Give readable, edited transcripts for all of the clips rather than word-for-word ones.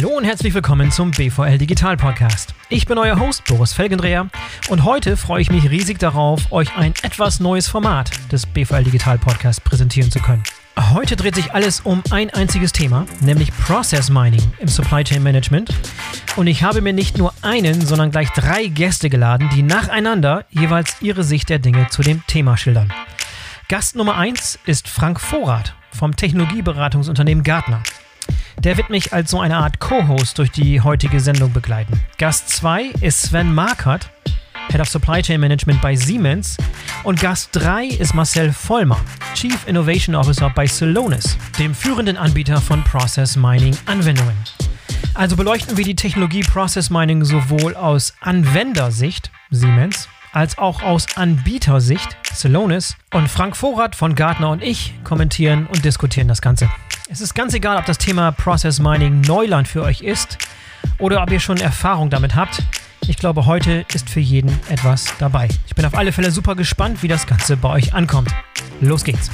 Hallo und herzlich willkommen zum BVL Digital Podcast. Ich bin euer Host Boris Felgendreher und heute freue ich mich riesig darauf, euch ein etwas neues Format des BVL Digital Podcasts präsentieren zu können. Heute dreht sich alles um ein einziges Thema, nämlich Process Mining im Supply Chain Management. Und ich habe mir nicht nur einen, sondern gleich 3 Gäste geladen, die nacheinander jeweils ihre Sicht der Dinge zu dem Thema schildern. Gast Nummer 1 ist Frank Vorath vom Technologieberatungsunternehmen Gartner. Der wird mich als so eine Art Co-Host durch die heutige Sendung begleiten. Gast 2 ist Sven Markert, Head of Supply Chain Management bei Siemens. Und Gast 3 ist Marcel Vollmer, Chief Innovation Officer bei Celonis, dem führenden Anbieter von Process Mining Anwendungen. Also beleuchten wir die Technologie Process Mining sowohl aus Anwendersicht, Siemens, als auch aus Anbietersicht, Celonis. Und Frank Vorath von Gartner und ich kommentieren und diskutieren das Ganze. Es ist ganz egal, ob das Thema Process Mining Neuland für euch ist oder ob ihr schon Erfahrung damit habt. Ich glaube, heute ist für jeden etwas dabei. Ich bin auf alle Fälle super gespannt, wie das Ganze bei euch ankommt. Los geht's.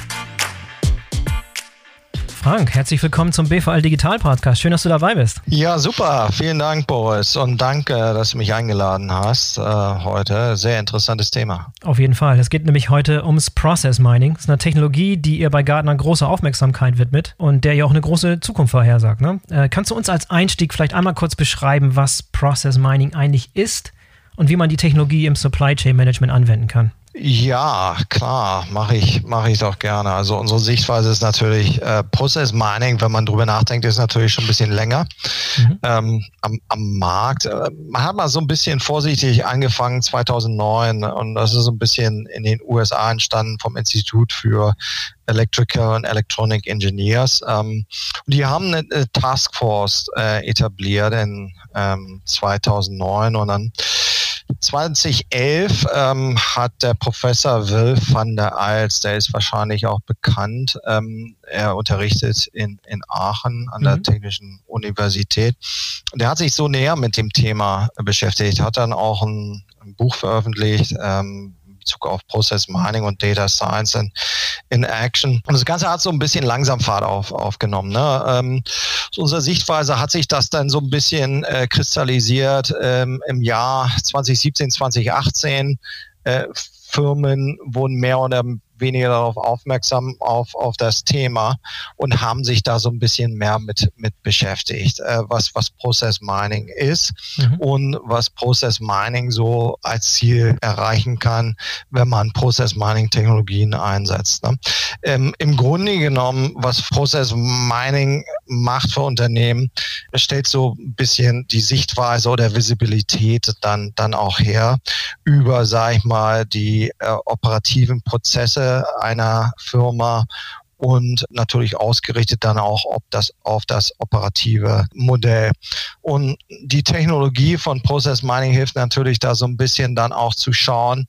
Frank, herzlich willkommen zum BVL Digital Podcast. Schön, dass du dabei bist. Ja, super. Vielen Dank, Boris. Und danke, dass du mich eingeladen hast heute. Sehr interessantes Thema. Auf jeden Fall. Es geht nämlich heute ums Process Mining. Das ist eine Technologie, die ihr bei Gartner große Aufmerksamkeit widmet und der ihr auch eine große Zukunft vorhersagt. Ne? Kannst du uns als Einstieg vielleicht einmal kurz beschreiben, was Process Mining eigentlich ist und wie man die Technologie im Supply Chain Management anwenden kann? Ja, klar, mache ich doch gerne. Also unsere Sichtweise ist natürlich, Process Mining, wenn man drüber nachdenkt, ist natürlich schon ein bisschen länger am Markt. Man hat mal so ein bisschen vorsichtig angefangen 2009 und das ist so ein bisschen in den USA entstanden vom Institut für Electrical and Electronic Engineers. Und die haben eine Taskforce etabliert in 2009 und dann 2011 hat der Professor Will van der Aalst, der ist wahrscheinlich auch bekannt, er unterrichtet in Aachen an der Technischen Universität. Der hat sich so näher mit dem Thema beschäftigt, hat dann auch ein Buch veröffentlicht, Bezug auf Process Mining und Data Science in Action. Und das Ganze hat so ein bisschen langsam Fahrt aufgenommen. Ne? Aus unserer Sichtweise hat sich das dann so ein bisschen kristallisiert im Jahr 2017, 2018. Firmen wurden mehr oder weniger darauf aufmerksam auf das Thema und haben sich da so ein bisschen mehr mit beschäftigt, was Process Mining ist und was Process Mining so als Ziel erreichen kann, wenn man Process Mining Technologien einsetzt. Ne? Im Grunde genommen, was Process Mining macht für Unternehmen, stellt so ein bisschen die Sichtweise oder Visibilität dann auch her über, sag ich mal, die operativen Prozesse einer Firma und natürlich ausgerichtet dann auch auf das operative Modell. Und die Technologie von Process Mining hilft natürlich da so ein bisschen dann auch zu schauen,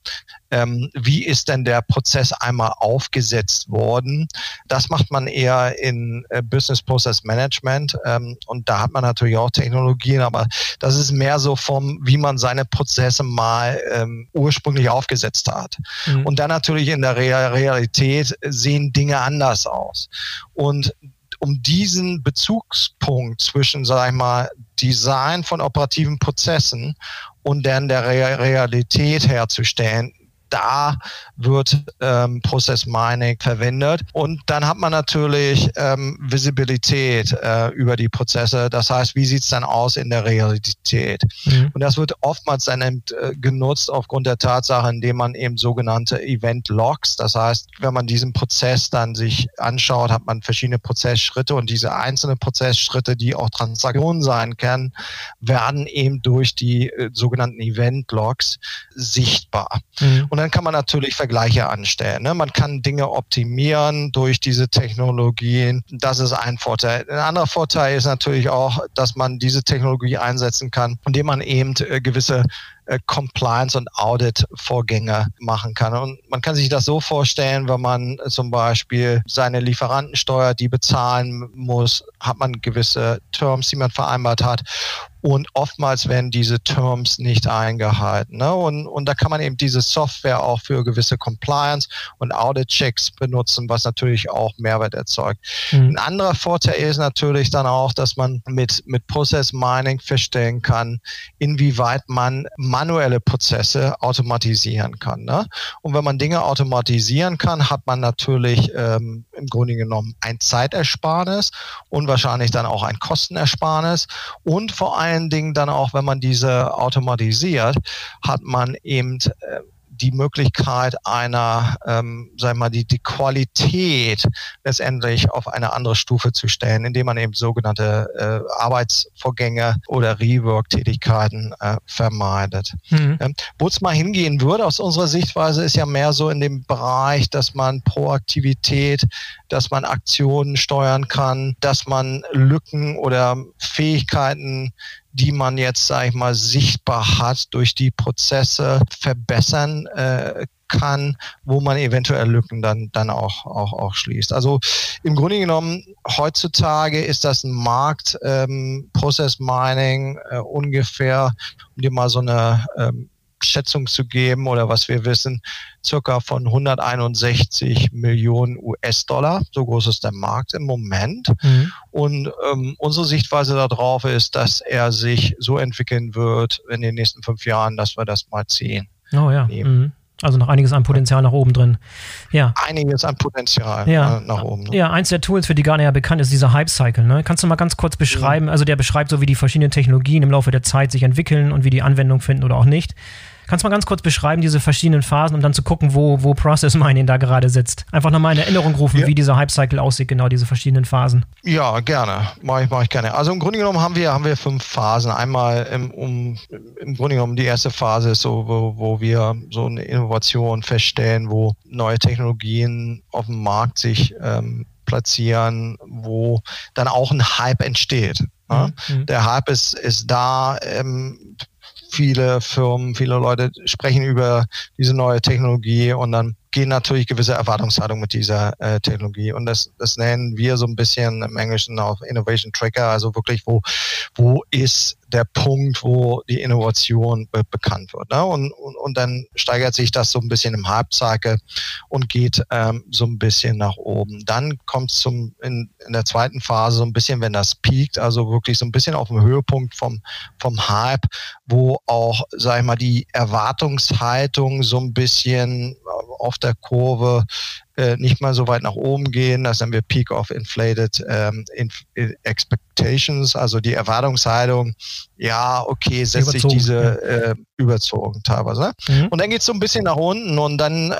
wie ist denn der Prozess einmal aufgesetzt worden. Das macht man eher in Business Process Management und da hat man natürlich auch Technologien, aber das ist mehr so wie man seine Prozesse mal ursprünglich aufgesetzt hat. Und dann natürlich in der Realität sehen Dinge anders aus. Und um diesen Bezugspunkt zwischen, sag ich mal, Design von operativen Prozessen und dann der Realität herzustellen, da wird Process Mining verwendet. Und dann hat man natürlich Visibilität über die Prozesse. Das heißt, wie sieht es dann aus in der Realität? Und das wird oftmals dann genutzt aufgrund der Tatsache, indem man eben sogenannte Event Logs, das heißt, wenn man diesen Prozess dann sich anschaut, hat man verschiedene Prozessschritte und diese einzelnen Prozessschritte, die auch Transaktionen sein können, werden eben durch die sogenannten Event Logs sichtbar. Und dann kann man natürlich Vergleiche anstellen. Ne? Man kann Dinge optimieren durch diese Technologien. Das ist ein Vorteil. Ein anderer Vorteil ist natürlich auch, dass man diese Technologie einsetzen kann, indem man eben gewisse Compliance- und Audit-Vorgänge machen kann. Und man kann sich das so vorstellen, wenn man zum Beispiel seine Lieferanten steuert, die bezahlen muss, hat man gewisse Terms, die man vereinbart hat. und oftmals werden diese Terms nicht eingehalten. Ne? Und da kann man eben diese Software auch für gewisse Compliance und Audit-Checks benutzen, was natürlich auch Mehrwert erzeugt. Ein anderer Vorteil ist natürlich dann auch, dass man mit Process Mining feststellen kann, inwieweit man manuelle Prozesse automatisieren kann. Ne? Und wenn man Dinge automatisieren kann, hat man natürlich im Grunde genommen ein Zeitersparnis und wahrscheinlich dann auch ein Kostenersparnis. Und vor allen Dingen dann auch, wenn man diese automatisiert, hat man eben die Möglichkeit einer, die Qualität letztendlich auf eine andere Stufe zu stellen, indem man eben sogenannte Arbeitsvorgänge oder Rework-Tätigkeiten vermeidet. Wo es mal hingehen würde, aus unserer Sichtweise, ist ja mehr so in dem Bereich, dass man Proaktivität, dass man Aktionen steuern kann, dass man Lücken oder Fähigkeiten, die man jetzt, sage ich mal, sichtbar hat, durch die Prozesse verbessern kann, wo man eventuell Lücken dann auch schließt. Also im Grunde genommen, heutzutage ist das ein Markt, Process Mining ungefähr, um dir mal so eine Schätzung zu geben oder was wir wissen, circa von 161 Millionen US-Dollar. So groß ist der Markt im Moment. Und unsere Sichtweise darauf ist, dass er sich so entwickeln wird in den nächsten 5 Jahren, dass wir das mal sehen. Oh ja. Also noch einiges an Potenzial nach oben drin. Ja. Einiges an Potenzial nach oben. Ne? Ja, eins der Tools, für die gar nicht bekannt ist, dieser Hype-Cycle. Ne? Kannst du mal ganz kurz beschreiben, also der beschreibt so, wie die verschiedenen Technologien im Laufe der Zeit sich entwickeln und wie die Anwendung finden oder auch nicht. Kannst du mal ganz kurz beschreiben, diese verschiedenen Phasen, um dann zu gucken, wo Process Mining da gerade sitzt? Einfach nochmal in Erinnerung rufen, wie dieser Hype-Cycle aussieht, genau diese verschiedenen Phasen. Ja, gerne. Mach ich gerne. Also im Grunde genommen haben wir 5 Phasen. Einmal im Grunde genommen die erste Phase ist so, wo wir so eine Innovation feststellen, wo neue Technologien auf dem Markt sich platzieren, wo dann auch ein Hype entsteht. Ja? Der Hype ist da, viele Firmen, viele Leute sprechen über diese neue Technologie und dann gehen natürlich gewisse Erwartungshaltungen mit dieser Technologie. Und das nennen wir so ein bisschen im Englischen auch Innovation Tracker, also wirklich, wo ist der Punkt, wo die Innovation bekannt wird. Ne? Und dann steigert sich das so ein bisschen im Hype-Cycle und geht so ein bisschen nach oben. Dann kommt es in der zweiten Phase so ein bisschen, wenn das peakt, also wirklich so ein bisschen auf dem Höhepunkt vom Hype, wo auch, sag ich mal, die Erwartungshaltung so ein bisschen auf der Kurve nicht mal so weit nach oben gehen. Das nennen wir Peak of Inflated Expectations, also die Erwartungshaltung, ja, okay, setzt sich diese überzogen teilweise. Und dann geht es so ein bisschen nach unten und dann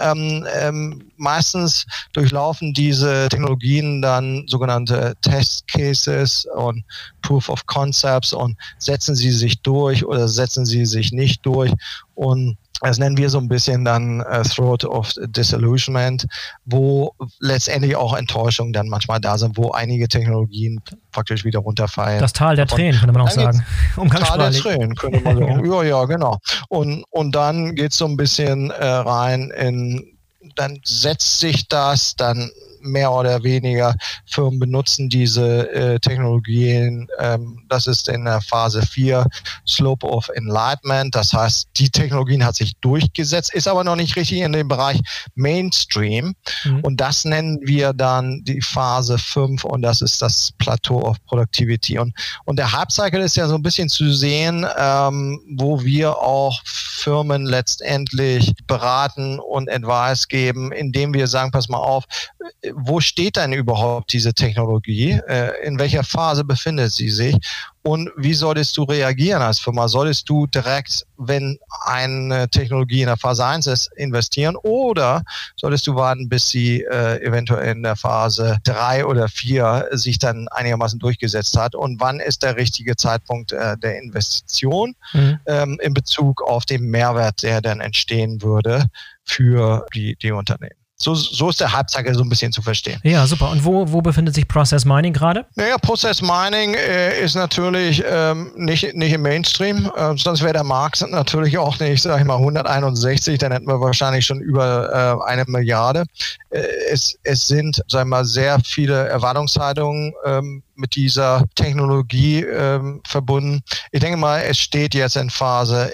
meistens durchlaufen diese Technologien dann sogenannte Test Cases und Proof of Concepts und setzen sie sich durch oder setzen sie sich nicht durch, und das nennen wir so ein bisschen dann Throat of Disillusionment, wo letztendlich auch Enttäuschungen dann manchmal da sind, wo einige Technologien praktisch wieder runterfallen. Das Tal der Tränen, könnte man auch sagen. Tal der Tränen, könnte man sagen. Ja, genau. Und dann geht es so ein bisschen rein dann setzt sich das, dann mehr oder weniger Firmen benutzen diese Technologien. Das ist in der Phase 4 Slope of Enlightenment. Das heißt, die Technologien hat sich durchgesetzt, ist aber noch nicht richtig in dem Bereich Mainstream. Und das nennen wir dann die Phase 5 und das ist das Plateau of Productivity. Und der Hype-Cycle ist ja so ein bisschen zu sehen, wo wir auch Firmen letztendlich beraten und Advice geben, indem wir sagen, pass mal auf, wo steht denn überhaupt diese Technologie? In welcher Phase befindet sie sich? Und wie solltest du reagieren als Firma? Solltest du direkt, wenn eine Technologie in der Phase 1 ist, investieren, oder solltest du warten, bis sie eventuell in der Phase 3 oder 4 sich dann einigermaßen durchgesetzt hat? Und wann ist der richtige Zeitpunkt der Investition in Bezug auf den Mehrwert, der dann entstehen würde für die Unternehmen? So ist der Hype-Cycle so ein bisschen zu verstehen. Ja, super. Und wo befindet sich Process Mining gerade? Naja, Process Mining ist natürlich nicht im Mainstream. Sonst wäre der Markt natürlich auch nicht, sag ich mal, 161, dann hätten wir wahrscheinlich schon über 1 Milliarde. Es sind, sag ich mal, sehr viele Erwartungshaltungen mit dieser Technologie verbunden. Ich denke mal, es steht jetzt in Phase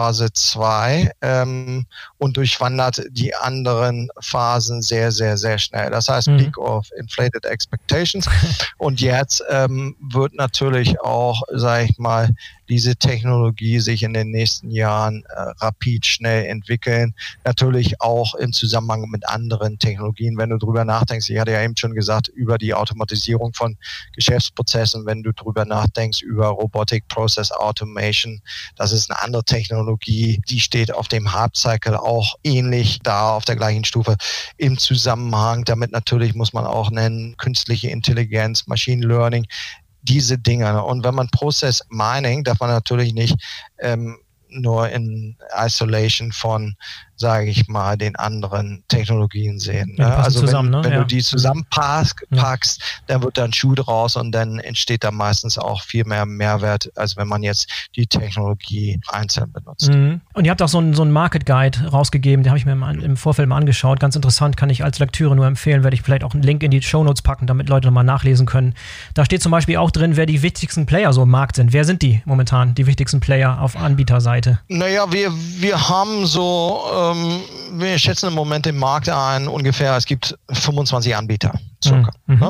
2 und durchwandert die anderen Phasen sehr, sehr, sehr schnell. Das heißt, Peak of Inflated Expectations. Und jetzt wird natürlich auch, sage ich mal, diese Technologie sich in den nächsten Jahren rapid schnell entwickeln. Natürlich auch im Zusammenhang mit anderen Technologien. Wenn du drüber nachdenkst, ich hatte ja eben schon gesagt, über die Automatisierung von Geschäftsprozessen, wenn du drüber nachdenkst, über Robotic Process Automation, das ist eine andere Technologie, die steht auf dem Hype-Cycle auch ähnlich da auf der gleichen Stufe im Zusammenhang. Damit natürlich muss man auch nennen, künstliche Intelligenz, Machine Learning, diese Dinge. Und wenn man Process Mining, darf man natürlich nicht nur in Isolation von, sage ich mal, den anderen Technologien sehen. Ja, also zusammen, wenn ja. du die zusammenpackst, dann wird da ein Schuh draus und dann entsteht da meistens auch viel mehr Mehrwert, als wenn man jetzt die Technologie einzeln benutzt. Und ihr habt auch so einen Market Guide rausgegeben, den habe ich mir im Vorfeld mal angeschaut. Ganz interessant, kann ich als Lektüre nur empfehlen, werde ich vielleicht auch einen Link in die Shownotes packen, damit Leute nochmal nachlesen können. Da steht zum Beispiel auch drin, wer die wichtigsten Player so im Markt sind. Wer sind die momentan, die wichtigsten Player auf Anbieterseite? Naja, wir haben so, wir schätzen im Moment den Markt ein, ungefähr, es gibt 25 Anbieter, circa.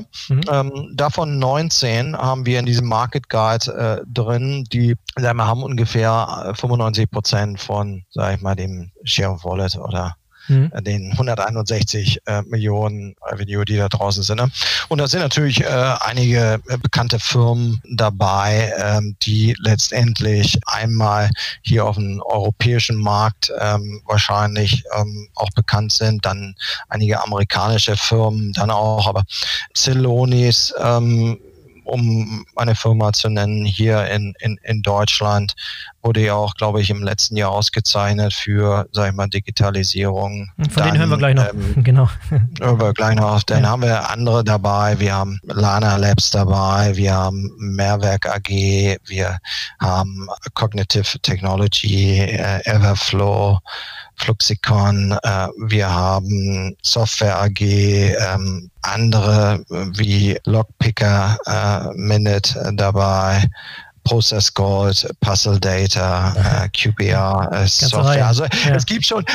Davon 19 haben wir in diesem Market Guide drin, die, sagen wir, haben ungefähr 95% von, sag ich mal, dem Share of Wallet oder den 161 Millionen Revenue, die da draußen sind. Ne? Und da sind natürlich einige bekannte Firmen dabei, die letztendlich einmal hier auf dem europäischen Markt wahrscheinlich auch bekannt sind, dann einige amerikanische Firmen, dann auch, aber Celonis, um eine Firma zu nennen, hier in Deutschland, wurde ja auch, glaube ich, im letzten Jahr ausgezeichnet für, sag ich mal, Digitalisierung. Von denen hören wir gleich noch. Genau. Hören wir gleich noch. Dann haben wir andere dabei. Wir haben Lana Labs dabei. Wir haben Mehrwerk AG. Wir haben Cognitive Technology, Everflow, Fluxicon, wir haben Software AG, andere wie Lockpicker, Minute dabei, Process Gold, Puzzle Data, QBR, Software. Also es gibt schon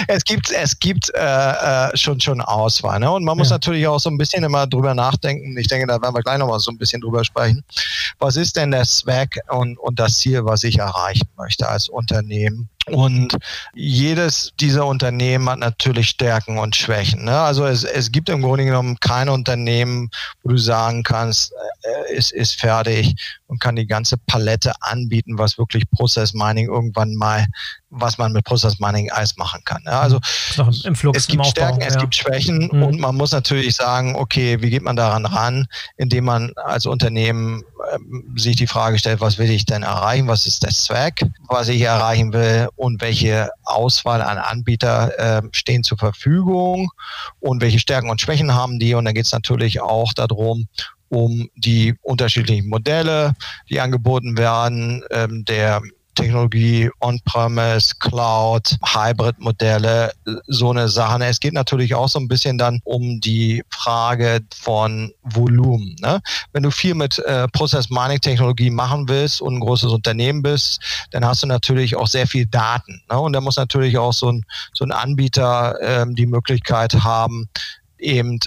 Auswahl. Ne? Und man muss natürlich auch so ein bisschen immer drüber nachdenken. Ich denke, da werden wir gleich nochmal so ein bisschen drüber sprechen. Was ist denn der Zweck und das Ziel, was ich erreichen möchte als Unternehmen? Und jedes dieser Unternehmen hat natürlich Stärken und Schwächen. Ne? Also es gibt im Grunde genommen kein Unternehmen, wo du sagen kannst, es ist fertig und kann die ganze Palette anbieten, was wirklich Process Mining irgendwann mal, was man mit Process Mining alles machen kann. Ne? Also im Flux, es gibt Stärken, es gibt Schwächen und man muss natürlich sagen, okay, wie geht man daran ran, indem man als Unternehmen sich die Frage stellt, was will ich denn erreichen, was ist der Zweck, was ich erreichen will und welche Auswahl an Anbieter stehen zur Verfügung und welche Stärken und Schwächen haben die. Und dann geht es natürlich auch darum, um die unterschiedlichen Modelle, die angeboten werden, der Technologie, On-Premise, Cloud, Hybrid-Modelle, so eine Sache. Es geht natürlich auch so ein bisschen dann um die Frage von Volumen. Ne? Wenn du viel mit Process-Mining-Technologie machen willst und ein großes Unternehmen bist, dann hast du natürlich auch sehr viel Daten. Ne? Und da muss natürlich auch so ein Anbieter die Möglichkeit haben, eben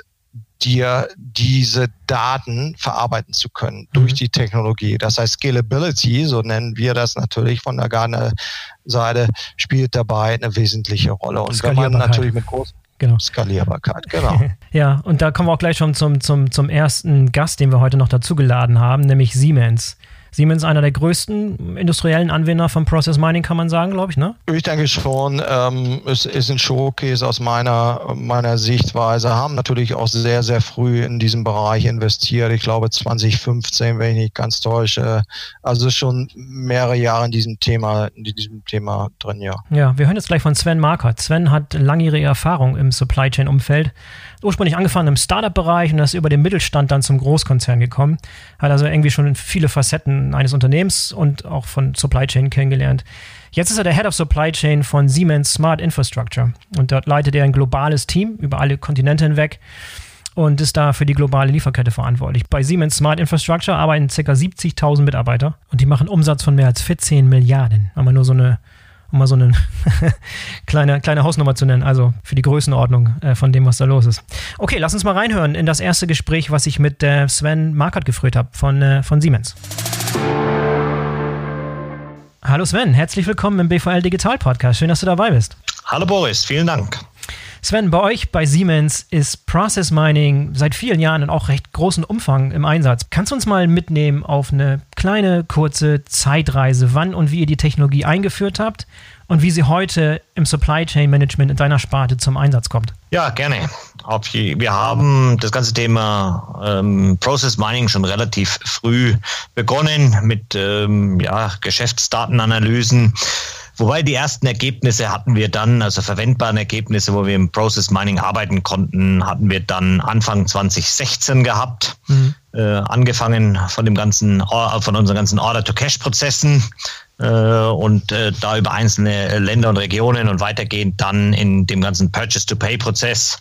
dir diese Daten verarbeiten zu können durch die Technologie. Das heißt, Scalability, so nennen wir das natürlich von der Gartner-Seite, spielt dabei eine wesentliche Rolle. Und wenn man natürlich mit Skalierbarkeit, genau. Ja, und da kommen wir auch gleich schon zum ersten Gast, den wir heute noch dazu geladen haben, nämlich Siemens. Siemens, einer der größten industriellen Anwender von Process Mining, kann man sagen, glaube ich, ne? Ich denke schon. Es ist ein Showcase aus meiner Sichtweise. Haben natürlich auch sehr, sehr früh in diesem Bereich investiert. Ich glaube 2015, wenn ich nicht ganz täusche. Also schon mehrere Jahre in diesem Thema drin, ja. Ja, wir hören jetzt gleich von Sven Markert. Sven hat langjährige Erfahrung im Supply Chain Umfeld. Ursprünglich angefangen im Startup-Bereich und ist über den Mittelstand dann zum Großkonzern gekommen. Hat also irgendwie schon viele Facetten eines Unternehmens und auch von Supply Chain kennengelernt. Jetzt ist er der Head of Supply Chain von Siemens Smart Infrastructure und dort leitet er ein globales Team über alle Kontinente hinweg. und ist da für die globale Lieferkette verantwortlich. Bei Siemens Smart Infrastructure arbeiten ca. 70.000 Mitarbeiter und die machen Umsatz von mehr als 14 Milliarden. Aber nur so eine, um mal so eine kleine Hausnummer zu nennen, also für die Größenordnung von dem, was da los ist. Okay, lass uns mal reinhören in das erste Gespräch, was ich mit Sven Markert geführt habe von Siemens. Hallo Sven, herzlich willkommen im BVL Digital Podcast. Schön, dass du dabei bist. Hallo Boris, vielen Dank. Sven, bei euch bei Siemens ist Process Mining seit vielen Jahren in auch recht großem Umfang im Einsatz. Kannst du uns mal mitnehmen auf eine kleine, kurze Zeitreise, wann und wie ihr die Technologie eingeführt habt und wie sie heute im Supply Chain Management in deiner Sparte zum Einsatz kommt? Ja, gerne. Wir haben das ganze Thema Process Mining schon relativ früh begonnen mit Geschäftsdatenanalysen. Wobei die ersten Ergebnisse hatten wir dann, also verwendbaren Ergebnisse, wo wir im Process Mining arbeiten konnten, hatten wir dann Anfang 2016 gehabt. Angefangen von unseren ganzen Order-to-Cash-Prozessen und da über einzelne Länder und Regionen und weitergehend dann in dem ganzen Purchase-to-Pay-Prozess,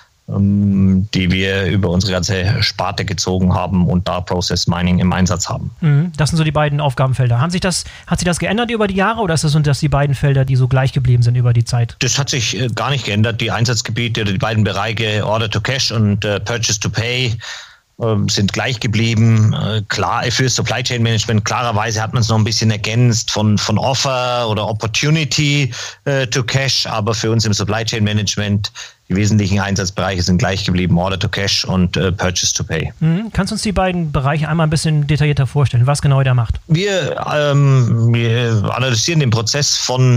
die wir über unsere ganze Sparte gezogen haben und da Process Mining im Einsatz haben. Das sind so die beiden Aufgabenfelder. Hat sich das geändert über die Jahre oder sind das die beiden Felder, die so gleich geblieben sind über die Zeit? Das hat sich gar nicht geändert. Die Einsatzgebiete oder die beiden Bereiche Order to Cash und Purchase to Pay sind gleich geblieben. Klar, für Supply Chain Management, klarerweise hat man es noch ein bisschen ergänzt von Offer oder Opportunity to Cash, aber für uns im Supply Chain Management die wesentlichen Einsatzbereiche sind gleich geblieben, Order to Cash und Purchase to Pay. Kannst du uns die beiden Bereiche einmal ein bisschen detaillierter vorstellen, was genau der macht? Wir analysieren den Prozess von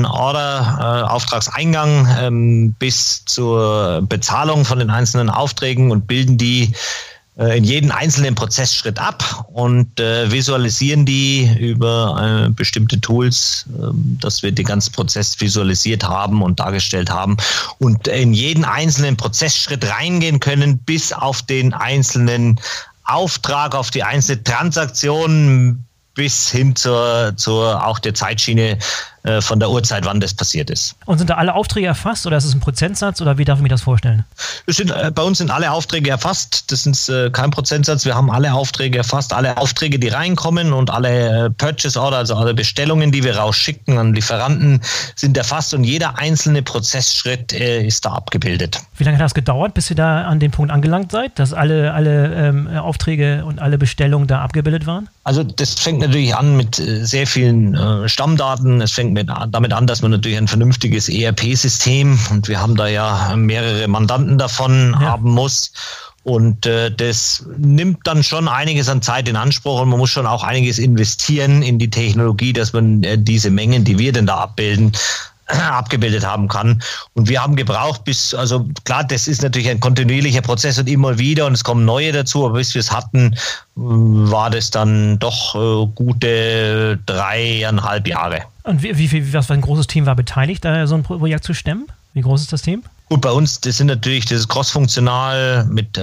Auftragseingang bis zur Bezahlung von den einzelnen Aufträgen und bilden die in jeden einzelnen Prozessschritt ab und visualisieren die über bestimmte Tools, dass wir den ganzen Prozess visualisiert haben und dargestellt haben und in jeden einzelnen Prozessschritt reingehen können, bis auf den einzelnen Auftrag, auf die einzelne Transaktion, bis hin zur auch der Zeitschiene von der Uhrzeit, wann das passiert ist. Und sind da alle Aufträge erfasst oder ist es ein Prozentsatz oder wie darf ich mir das vorstellen? Bei uns sind alle Aufträge erfasst, das ist kein Prozentsatz, wir haben alle Aufträge erfasst, alle Aufträge, die reinkommen und alle Purchase Order, also alle Bestellungen, die wir rausschicken an Lieferanten, sind erfasst und jeder einzelne Prozessschritt ist da abgebildet. Wie lange hat das gedauert, bis ihr da an den Punkt angelangt seid, dass alle Aufträge und alle Bestellungen da abgebildet waren? Also das fängt natürlich an mit sehr vielen Stammdaten, es fängt damit an, dass man natürlich ein vernünftiges ERP-System und wir haben da ja mehrere Mandanten davon haben muss und das nimmt dann schon einiges an Zeit in Anspruch und man muss schon auch einiges investieren in die Technologie, dass man diese Mengen, die wir denn da abgebildet haben kann. Und wir haben gebraucht also klar, das ist natürlich ein kontinuierlicher Prozess und immer wieder und es kommen neue dazu, aber bis wir es hatten, war das dann doch gute 3,5 Jahre. Und was für ein großes Team war beteiligt, da so ein Projekt zu stemmen? Wie groß ist das Team? Gut, bei uns, das ist crossfunktional mit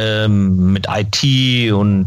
IT und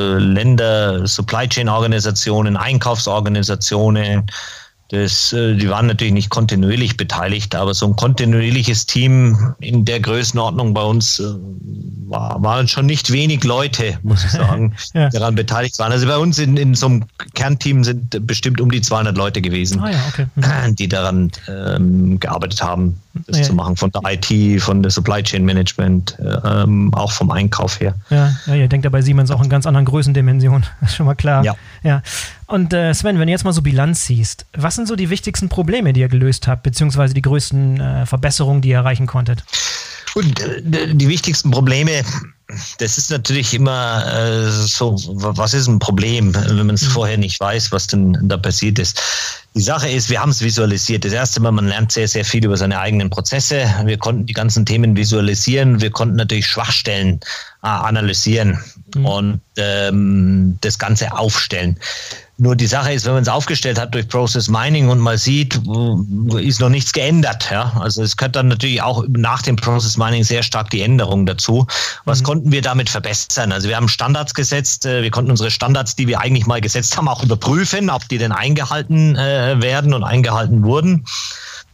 Länder-Supply-Chain-Organisationen, Einkaufsorganisationen. Die waren natürlich nicht kontinuierlich beteiligt, aber so ein kontinuierliches Team in der Größenordnung bei uns waren schon nicht wenig Leute, muss ich sagen, daran beteiligt waren. Also bei uns in so einem Kernteam sind bestimmt um die 200 Leute gewesen, die daran gearbeitet haben, das zu machen, von der IT, von der Supply Chain Management, auch vom Einkauf her. Ja, ihr denkt ja bei Siemens auch in ganz anderen Größendimensionen, das ist schon mal klar. Ja. Und Sven, wenn du jetzt mal so Bilanz ziehst, was sind so die wichtigsten Probleme, die ihr gelöst habt, beziehungsweise die größten Verbesserungen, die ihr erreichen konntet? Gut, die wichtigsten Probleme, das ist natürlich immer so, was ist ein Problem, wenn man es vorher nicht weiß, was denn da passiert ist. Die Sache ist, wir haben es visualisiert. Das erste Mal, man lernt sehr, sehr viel über seine eigenen Prozesse. Wir konnten die ganzen Themen visualisieren. Wir konnten natürlich Schwachstellen analysieren und das Ganze aufstellen. Nur die Sache ist, wenn man es aufgestellt hat durch Process Mining und mal sieht, ist noch nichts geändert. Ja? Also es gehört dann natürlich auch nach dem Process Mining sehr stark die Änderung dazu. Was konnten wir damit verbessern? Also wir haben Standards gesetzt. Wir konnten unsere Standards, die wir eigentlich mal gesetzt haben, auch überprüfen, ob die denn eingehalten werden und eingehalten wurden.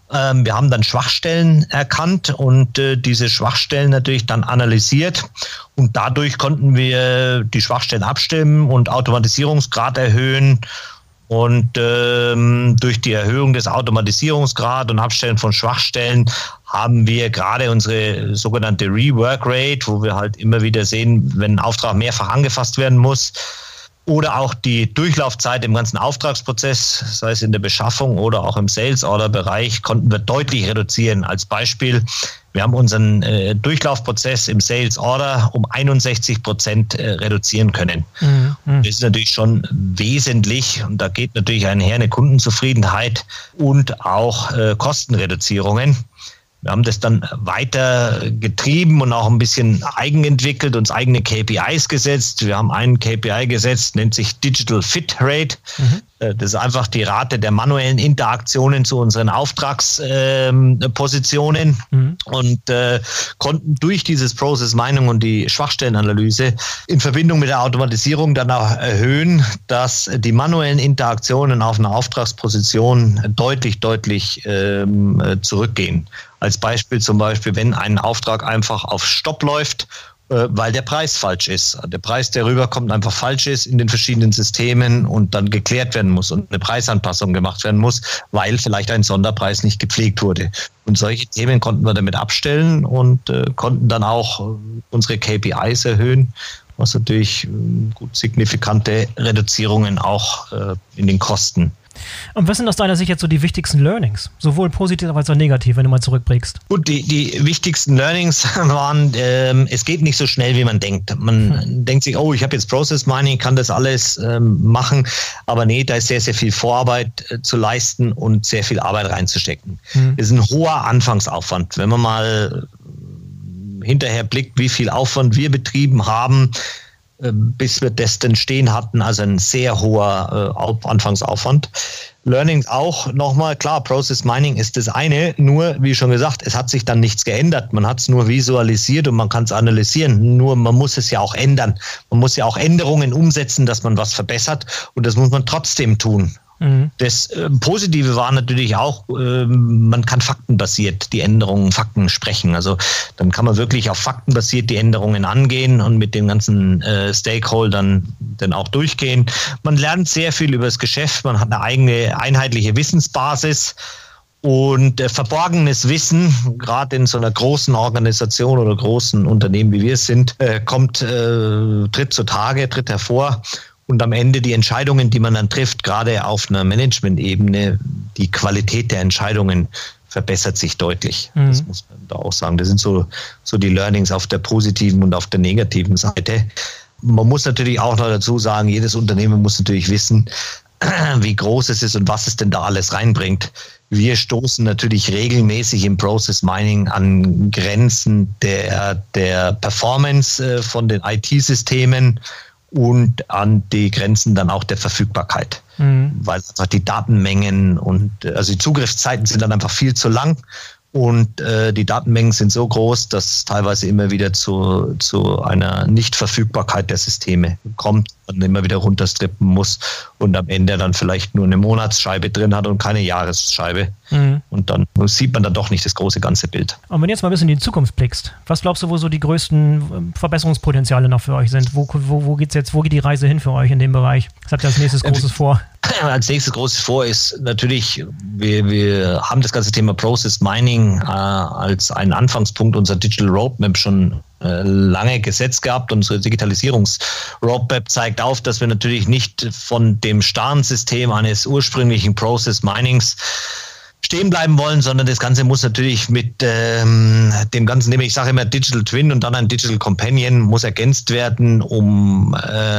Wir haben dann Schwachstellen erkannt und diese Schwachstellen natürlich dann analysiert und dadurch konnten wir die Schwachstellen abstimmen und Automatisierungsgrad erhöhen. Und durch die Erhöhung des Automatisierungsgrads und Abstellen von Schwachstellen haben wir gerade unsere sogenannte Rework Rate, wo wir halt immer wieder sehen, wenn ein Auftrag mehrfach angefasst werden muss, oder auch die Durchlaufzeit im ganzen Auftragsprozess, sei es in der Beschaffung oder auch im Sales-Order-Bereich, konnten wir deutlich reduzieren. Als Beispiel, wir haben unseren Durchlaufprozess im Sales-Order um 61% reduzieren können. Das ist natürlich schon wesentlich und da geht natürlich einher eine Kundenzufriedenheit und auch Kostenreduzierungen. Wir haben das dann weiter getrieben und auch ein bisschen eigenentwickelt, uns eigene KPIs gesetzt. Wir haben einen KPI gesetzt, nennt sich Digital Fit Rate. Das ist einfach die Rate der manuellen Interaktionen zu unseren Auftragspositionen und konnten durch dieses Process Mining und die Schwachstellenanalyse in Verbindung mit der Automatisierung dann auch erhöhen, dass die manuellen Interaktionen auf einer Auftragsposition deutlich zurückgehen. Als Beispiel zum Beispiel, wenn ein Auftrag einfach auf Stopp läuft, weil der Preis falsch ist. Der Preis, der rüberkommt, einfach falsch ist in den verschiedenen Systemen und dann geklärt werden muss und eine Preisanpassung gemacht werden muss, weil vielleicht ein Sonderpreis nicht gepflegt wurde. Und solche Themen konnten wir damit abstellen und konnten dann auch unsere KPIs erhöhen, was natürlich gut signifikante Reduzierungen auch in den Kosten. Und was sind aus deiner Sicht jetzt so die wichtigsten Learnings? Sowohl positiv als auch negativ, wenn du mal zurückblickst. Gut, die wichtigsten Learnings waren, es geht nicht so schnell, wie man denkt. Man denkt sich, oh, ich habe jetzt Process Mining, kann das alles machen. Aber nee, da ist sehr, sehr viel Vorarbeit zu leisten und sehr viel Arbeit reinzustecken. Das ist ein hoher Anfangsaufwand. Wenn man mal hinterher blickt, wie viel Aufwand wir betrieben haben, bis wir das denn stehen hatten, also ein sehr hoher Anfangsaufwand. Learning auch nochmal, klar, Process Mining ist das eine, nur, wie schon gesagt, es hat sich dann nichts geändert. Man hat es nur visualisiert und man kann es analysieren, nur man muss es ja auch ändern. Man muss ja auch Änderungen umsetzen, dass man was verbessert und das muss man trotzdem tun. Das Positive war natürlich auch, man kann faktenbasiert die Änderungen, Fakten sprechen. Also dann kann man wirklich auf faktenbasiert die Änderungen angehen und mit den ganzen Stakeholdern dann auch durchgehen. Man lernt sehr viel über das Geschäft, man hat eine eigene einheitliche Wissensbasis. Und verborgenes Wissen, gerade in so einer großen Organisation oder großen Unternehmen, wie wir es sind, tritt zutage, tritt hervor. Und am Ende die Entscheidungen, die man dann trifft, gerade auf einer Management-Ebene, die Qualität der Entscheidungen verbessert sich deutlich. Das muss man da auch sagen. Das sind so die Learnings auf der positiven und auf der negativen Seite. Man muss natürlich auch noch dazu sagen, jedes Unternehmen muss natürlich wissen, wie groß es ist und was es denn da alles reinbringt. Wir stoßen natürlich regelmäßig im Process Mining an Grenzen der Performance von den IT-Systemen und an die Grenzen dann auch der Verfügbarkeit. Weil einfach die Datenmengen und also die Zugriffszeiten sind dann einfach viel zu lang und die Datenmengen sind so groß, dass es teilweise immer wieder zu einer Nichtverfügbarkeit der Systeme kommt und immer wieder runterstrippen muss und am Ende dann vielleicht nur eine Monatsscheibe drin hat und keine Jahresscheibe. Und dann sieht man dann doch nicht das große ganze Bild. Und wenn du jetzt mal ein bisschen in die Zukunft blickst, was glaubst du, wo so die größten Verbesserungspotenziale noch für euch sind? Wo geht die Reise hin für euch in dem Bereich? Was habt ihr als nächstes Großes vor? Als nächstes Großes vor ist natürlich, wir haben das ganze Thema Process Mining als einen Anfangspunkt unserer Digital Roadmap schon lange gesetzt gehabt. Unsere Digitalisierungs-Roadmap zeigt auf, dass wir natürlich nicht von dem starren System eines ursprünglichen Process Minings stehen bleiben wollen, sondern das Ganze muss natürlich mit dem Ganzen, nämlich ich sage immer Digital Twin und dann ein Digital Companion, muss ergänzt werden um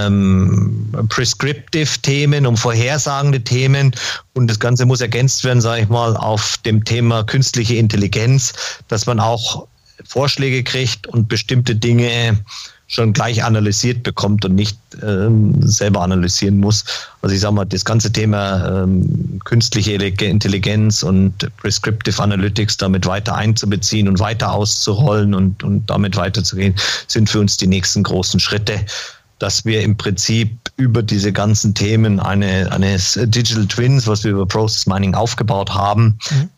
Prescriptive Themen, um vorhersagende Themen und das Ganze muss ergänzt werden, sage ich mal, auf dem Thema künstliche Intelligenz, dass man auch Vorschläge kriegt und bestimmte Dinge schon gleich analysiert bekommt und nicht selber analysieren muss. Also ich sage mal, das ganze Thema künstliche Intelligenz und Prescriptive Analytics damit weiter einzubeziehen und weiter auszurollen und damit weiterzugehen, sind für uns die nächsten großen Schritte, dass wir im Prinzip über diese ganzen Themen eines Digital Twins, was wir über Process Mining aufgebaut haben,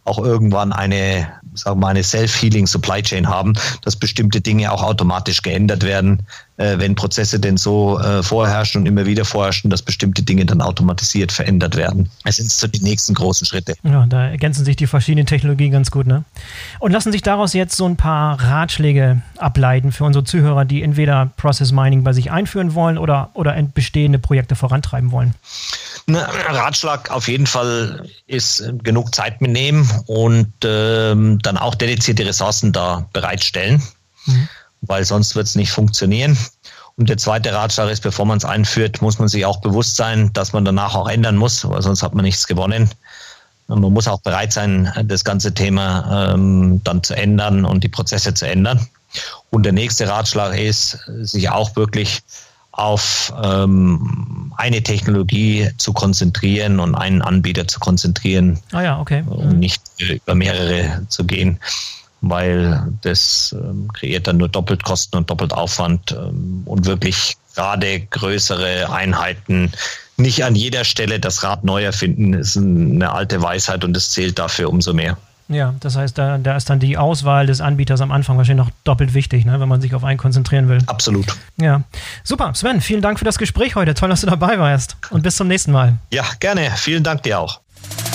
auch irgendwann eine Self-Healing Supply Chain haben, dass bestimmte Dinge auch automatisch geändert werden, wenn Prozesse denn so vorherrschen und immer wieder vorherrschen, dass bestimmte Dinge dann automatisiert verändert werden. Es sind so die nächsten großen Schritte. Ja, da ergänzen sich die verschiedenen Technologien ganz gut, ne? Und lassen sich daraus jetzt so ein paar Ratschläge ableiten für unsere Zuhörer, die entweder Process Mining bei sich einführen wollen oder bestehende Projekte vorantreiben wollen? Ratschlag auf jeden Fall ist genug Zeit mitnehmen und dann auch dedizierte Ressourcen da bereitstellen, weil sonst wird es nicht funktionieren. Und der zweite Ratschlag ist, bevor man es einführt, muss man sich auch bewusst sein, dass man danach auch ändern muss, weil sonst hat man nichts gewonnen. Und man muss auch bereit sein, das ganze Thema dann zu ändern und die Prozesse zu ändern. Und der nächste Ratschlag ist, sich auch wirklich auf eine Technologie zu konzentrieren und einen Anbieter zu konzentrieren. Und nicht über mehrere zu gehen, weil das kreiert dann nur doppelt Kosten und doppelt Aufwand und wirklich gerade größere Einheiten nicht an jeder Stelle das Rad neu erfinden, ist eine alte Weisheit und es zählt dafür umso mehr. Ja, das heißt, da ist dann die Auswahl des Anbieters am Anfang wahrscheinlich noch doppelt wichtig, ne, wenn man sich auf einen konzentrieren will. Absolut. Ja, super. Sven, vielen Dank für das Gespräch heute. Toll, dass du dabei warst. Und bis zum nächsten Mal. Ja, gerne. Vielen Dank dir auch.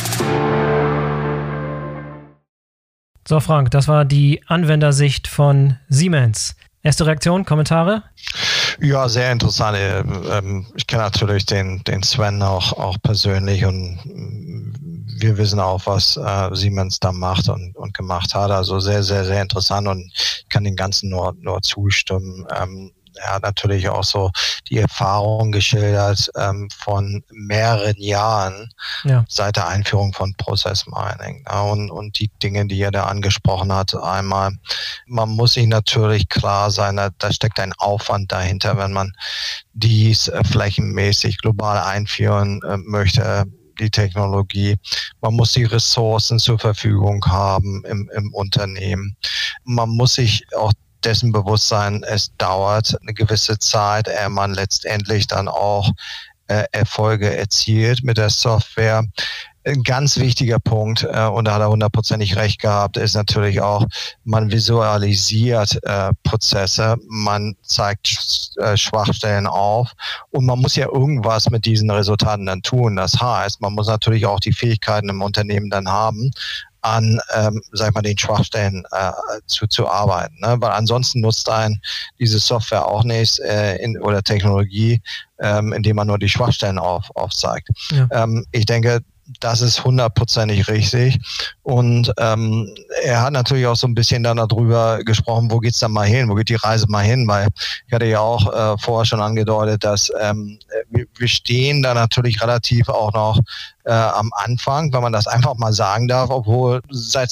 So, Frank, das war die Anwendersicht von Siemens. Erste Reaktion, Kommentare? Ja, sehr interessant. Ich kenne natürlich den Sven auch persönlich und wir wissen auch, was Siemens da macht und gemacht hat. Also sehr, sehr, sehr interessant und ich kann dem Ganzen nur zustimmen. Er hat natürlich auch so die Erfahrung geschildert von mehreren Jahren seit der Einführung von Process Mining. Ja, und die Dinge, die er da angesprochen hat, einmal, man muss sich natürlich klar sein, da steckt ein Aufwand dahinter, wenn man dies flächenmäßig global einführen möchte, die Technologie. Man muss die Ressourcen zur Verfügung haben im Unternehmen. Man muss sich auch dessen bewusst sein, es dauert eine gewisse Zeit, ehe man letztendlich dann auch Erfolge erzielt mit der Software. Ein ganz wichtiger Punkt, und da hat er 100%ig recht gehabt, ist natürlich auch, man visualisiert Prozesse, man zeigt Schwachstellen auf und man muss ja irgendwas mit diesen Resultaten dann tun. Das heißt, man muss natürlich auch die Fähigkeiten im Unternehmen dann haben, an, den Schwachstellen zu arbeiten. Ne? Weil ansonsten nutzt diese Software auch nichts oder Technologie, indem man nur die Schwachstellen aufzeigt. Ja. Ich denke, das ist 100%ig richtig. Und er hat natürlich auch so ein bisschen dann darüber gesprochen, wo geht's dann mal hin, wo geht die Reise mal hin, weil ich hatte ja auch vorher schon angedeutet, dass wir stehen da natürlich relativ auch noch am Anfang, wenn man das einfach mal sagen darf, obwohl seit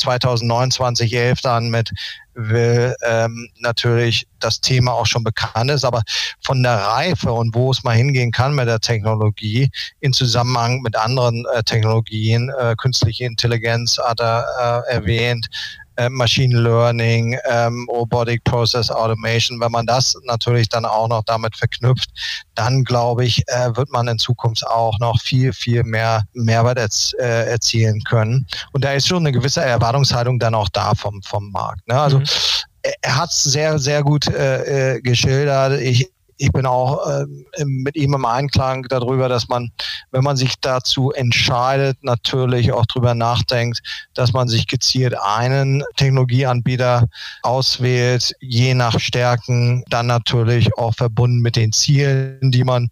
2029 dann mit Will natürlich das Thema auch schon bekannt ist, aber von der Reife und wo es mal hingehen kann mit der Technologie in Zusammenhang mit anderen Technologien, künstliche Intelligenz hat er erwähnt, Machine Learning, Robotic Process Automation, wenn man das natürlich dann auch noch damit verknüpft, dann glaube ich, wird man in Zukunft auch noch viel, viel mehr Mehrwert erzielen können. Und da ist schon eine gewisse Erwartungshaltung dann auch da vom Markt. Ne? Also er hat es sehr, sehr gut geschildert. Ich bin auch mit ihm im Einklang darüber, dass man, wenn man sich dazu entscheidet, natürlich auch drüber nachdenkt, dass man sich gezielt einen Technologieanbieter auswählt, je nach Stärken, dann natürlich auch verbunden mit den Zielen, die man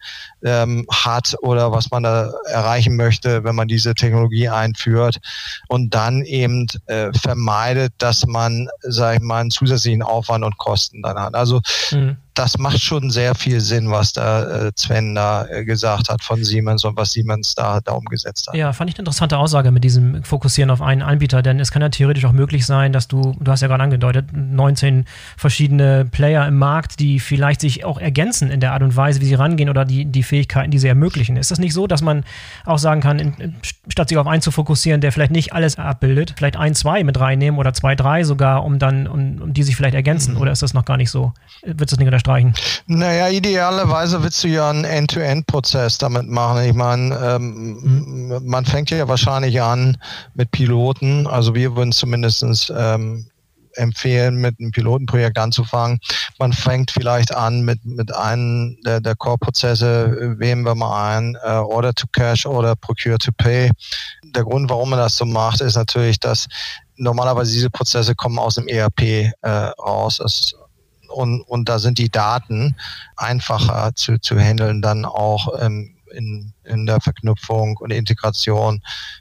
hat oder was man da erreichen möchte, wenn man diese Technologie einführt und dann eben vermeidet, dass man, einen zusätzlichen Aufwand und Kosten dann hat. Also das macht schon sehr viel Sinn, was da Sven da gesagt hat von Siemens und was Siemens da umgesetzt hat. Ja, fand ich eine interessante Aussage mit diesem Fokussieren auf einen Anbieter, denn es kann ja theoretisch auch möglich sein, dass du hast ja gerade angedeutet, 19 verschiedene Player im Markt, die vielleicht sich auch ergänzen in der Art und Weise, wie sie rangehen oder die Fähigkeiten, die sie ermöglichen. Ist das nicht so, dass man auch sagen kann, statt sich auf einen zu fokussieren, der vielleicht nicht alles abbildet, vielleicht 1, 2 mit reinnehmen oder 2, 3 sogar, um die sich vielleicht ergänzen? Oder ist das noch gar nicht so? Wird das nicht an der unterstreichen? Naja, idealerweise willst du ja einen End-to-End-Prozess damit machen. Ich meine, man fängt ja wahrscheinlich an mit Piloten. Also wir würden zumindest empfehlen, mit einem Pilotenprojekt anzufangen. Man fängt vielleicht an mit einem der Core-Prozesse, wählen wir mal ein, Order to Cash oder Procure to Pay. Der Grund, warum man das so macht, ist natürlich, dass normalerweise diese Prozesse kommen aus dem ERP raus. Und da sind die Daten einfacher zu handeln, dann auch in der Verknüpfung und Integration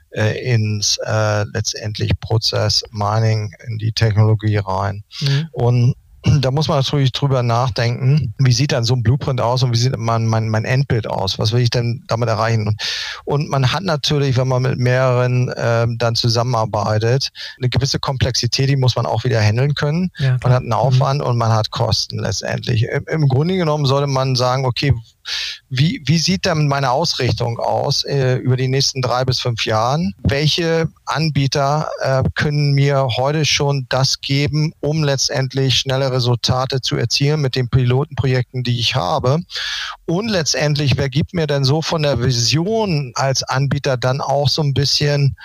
ins letztendlich Prozess Mining in die Technologie rein. Und da muss man natürlich drüber nachdenken, wie sieht dann so ein Blueprint aus und wie sieht mein Endbild aus? Was will ich denn damit erreichen? Und man hat natürlich, wenn man mit mehreren dann zusammenarbeitet, eine gewisse Komplexität, die muss man auch wieder handeln können. Ja, man hat einen Aufwand und man hat Kosten letztendlich. Im Grunde genommen sollte man sagen, okay, wie sieht denn meine Ausrichtung aus über die nächsten 3 bis 5 Jahren? Welche Anbieter können mir heute schon das geben, um letztendlich schnelle Resultate zu erzielen mit den Pilotenprojekten, die ich habe? Und letztendlich, wer gibt mir denn so von der Vision als Anbieter dann auch so ein bisschen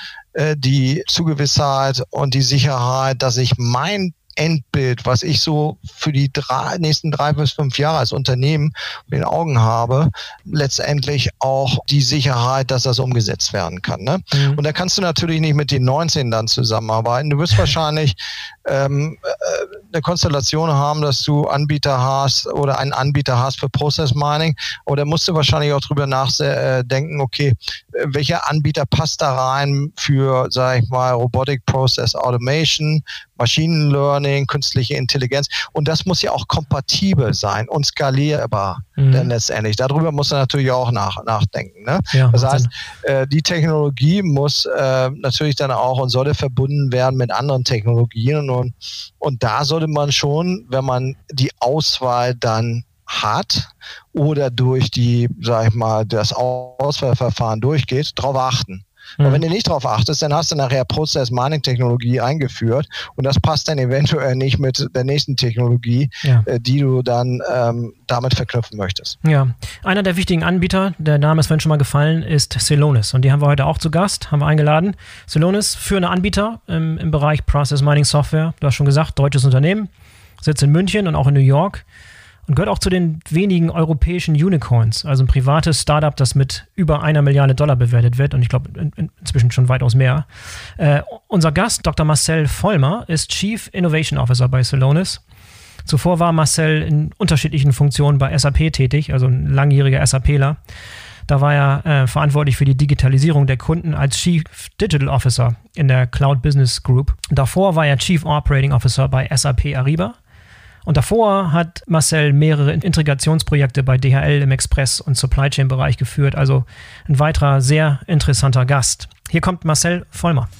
die Zugewissheit und die Sicherheit, dass ich mein Endbild, was ich so für die nächsten 3 bis 5 Jahre als Unternehmen in den Augen habe, letztendlich auch die Sicherheit, dass das umgesetzt werden kann. Ne? Und da kannst du natürlich nicht mit den 19 dann zusammenarbeiten. Du wirst wahrscheinlich eine Konstellation haben, dass du Anbieter hast oder einen Anbieter hast für Process Mining, oder musst du wahrscheinlich auch drüber nachdenken, okay, welcher Anbieter passt da rein für, sag ich mal, Robotic Process Automation, Machine Learning, künstliche Intelligenz, und das muss ja auch kompatibel sein und skalierbar, denn letztendlich. Darüber muss man natürlich auch nachdenken. Ne? Ja, das heißt, die Technologie muss natürlich dann auch und sollte verbunden werden mit anderen Technologien, und da sollte man schon, wenn man die Auswahl dann hat oder durch die, sag ich mal, das Auswahlverfahren durchgeht, darauf achten. Aber wenn du nicht darauf achtest, dann hast du nachher Prozess-Mining-Technologie eingeführt, und das passt dann eventuell nicht mit der nächsten Technologie, die du dann damit verknüpfen möchtest. Ja, einer der wichtigen Anbieter, der Name ist vorhin schon mal gefallen, ist Celonis, und die haben wir heute auch zu Gast, haben wir eingeladen. Celonis, führender Anbieter im Bereich Process-Mining-Software, du hast schon gesagt, deutsches Unternehmen, sitzt in München und auch in New York. Und gehört auch zu den wenigen europäischen Unicorns, also ein privates Startup, das mit über $1 Milliarde bewertet wird, und ich glaube inzwischen schon weitaus mehr. Unser Gast, Dr. Marcel Vollmer, ist Chief Innovation Officer bei Celonis. Zuvor war Marcel in unterschiedlichen Funktionen bei SAP tätig, also ein langjähriger SAPler. Da war er verantwortlich für die Digitalisierung der Kunden als Chief Digital Officer in der Cloud Business Group. Davor war er Chief Operating Officer bei SAP Ariba. Und davor hat Marcel mehrere Integrationsprojekte bei DHL im Express- und Supply Chain-Bereich geführt. Also ein weiterer sehr interessanter Gast. Hier kommt Marcel Vollmer.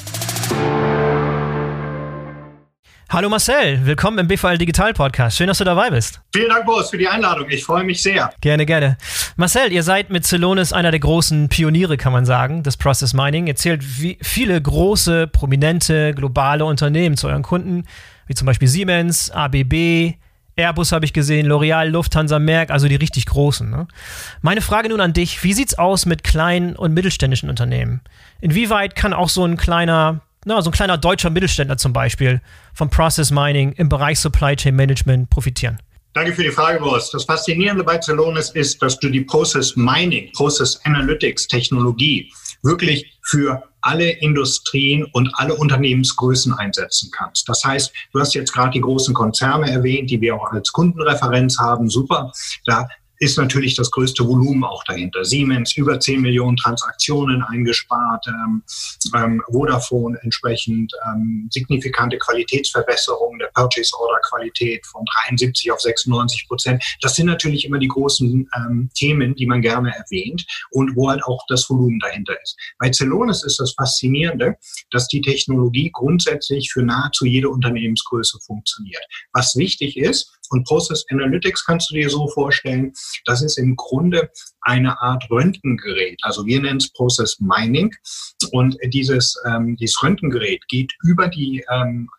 Hallo Marcel, willkommen im BVL Digital Podcast. Schön, dass du dabei bist. Vielen Dank, Boris, für die Einladung. Ich freue mich sehr. Gerne, gerne. Marcel, ihr seid mit Celonis einer der großen Pioniere, kann man sagen, des Process Mining. Ihr zählt viele große, prominente, globale Unternehmen zu euren Kunden, wie zum Beispiel Siemens, ABB, Airbus habe ich gesehen, L'Oreal, Lufthansa, Merck, also die richtig großen. Ne? Meine Frage nun an dich, wie sieht's aus mit kleinen und mittelständischen Unternehmen? Inwieweit kann auch so ein kleiner deutscher Mittelständler zum Beispiel vom Process Mining im Bereich Supply Chain Management profitieren? Danke für die Frage, Boris. Das Faszinierende bei Celonis ist, dass du die Process Mining, Process Analytics Technologie wirklich für alle Industrien und alle Unternehmensgrößen einsetzen kannst. Das heißt, du hast jetzt gerade die großen Konzerne erwähnt, die wir auch als Kundenreferenz haben. Super. Da ist natürlich das größte Volumen auch dahinter. Siemens, über 10 Millionen Transaktionen eingespart, Vodafone entsprechend signifikante Qualitätsverbesserungen der Purchase Order Qualität von 73 auf 96%. Das sind natürlich immer die großen Themen, die man gerne erwähnt und wo halt auch das Volumen dahinter ist. Bei Celonis ist das Faszinierende, dass die Technologie grundsätzlich für nahezu jede Unternehmensgröße funktioniert. Was wichtig ist, und Process Analytics kannst du dir so vorstellen, das ist im Grunde eine Art Röntgengerät. Also wir nennen es Process Mining. Und dieses Röntgengerät geht über die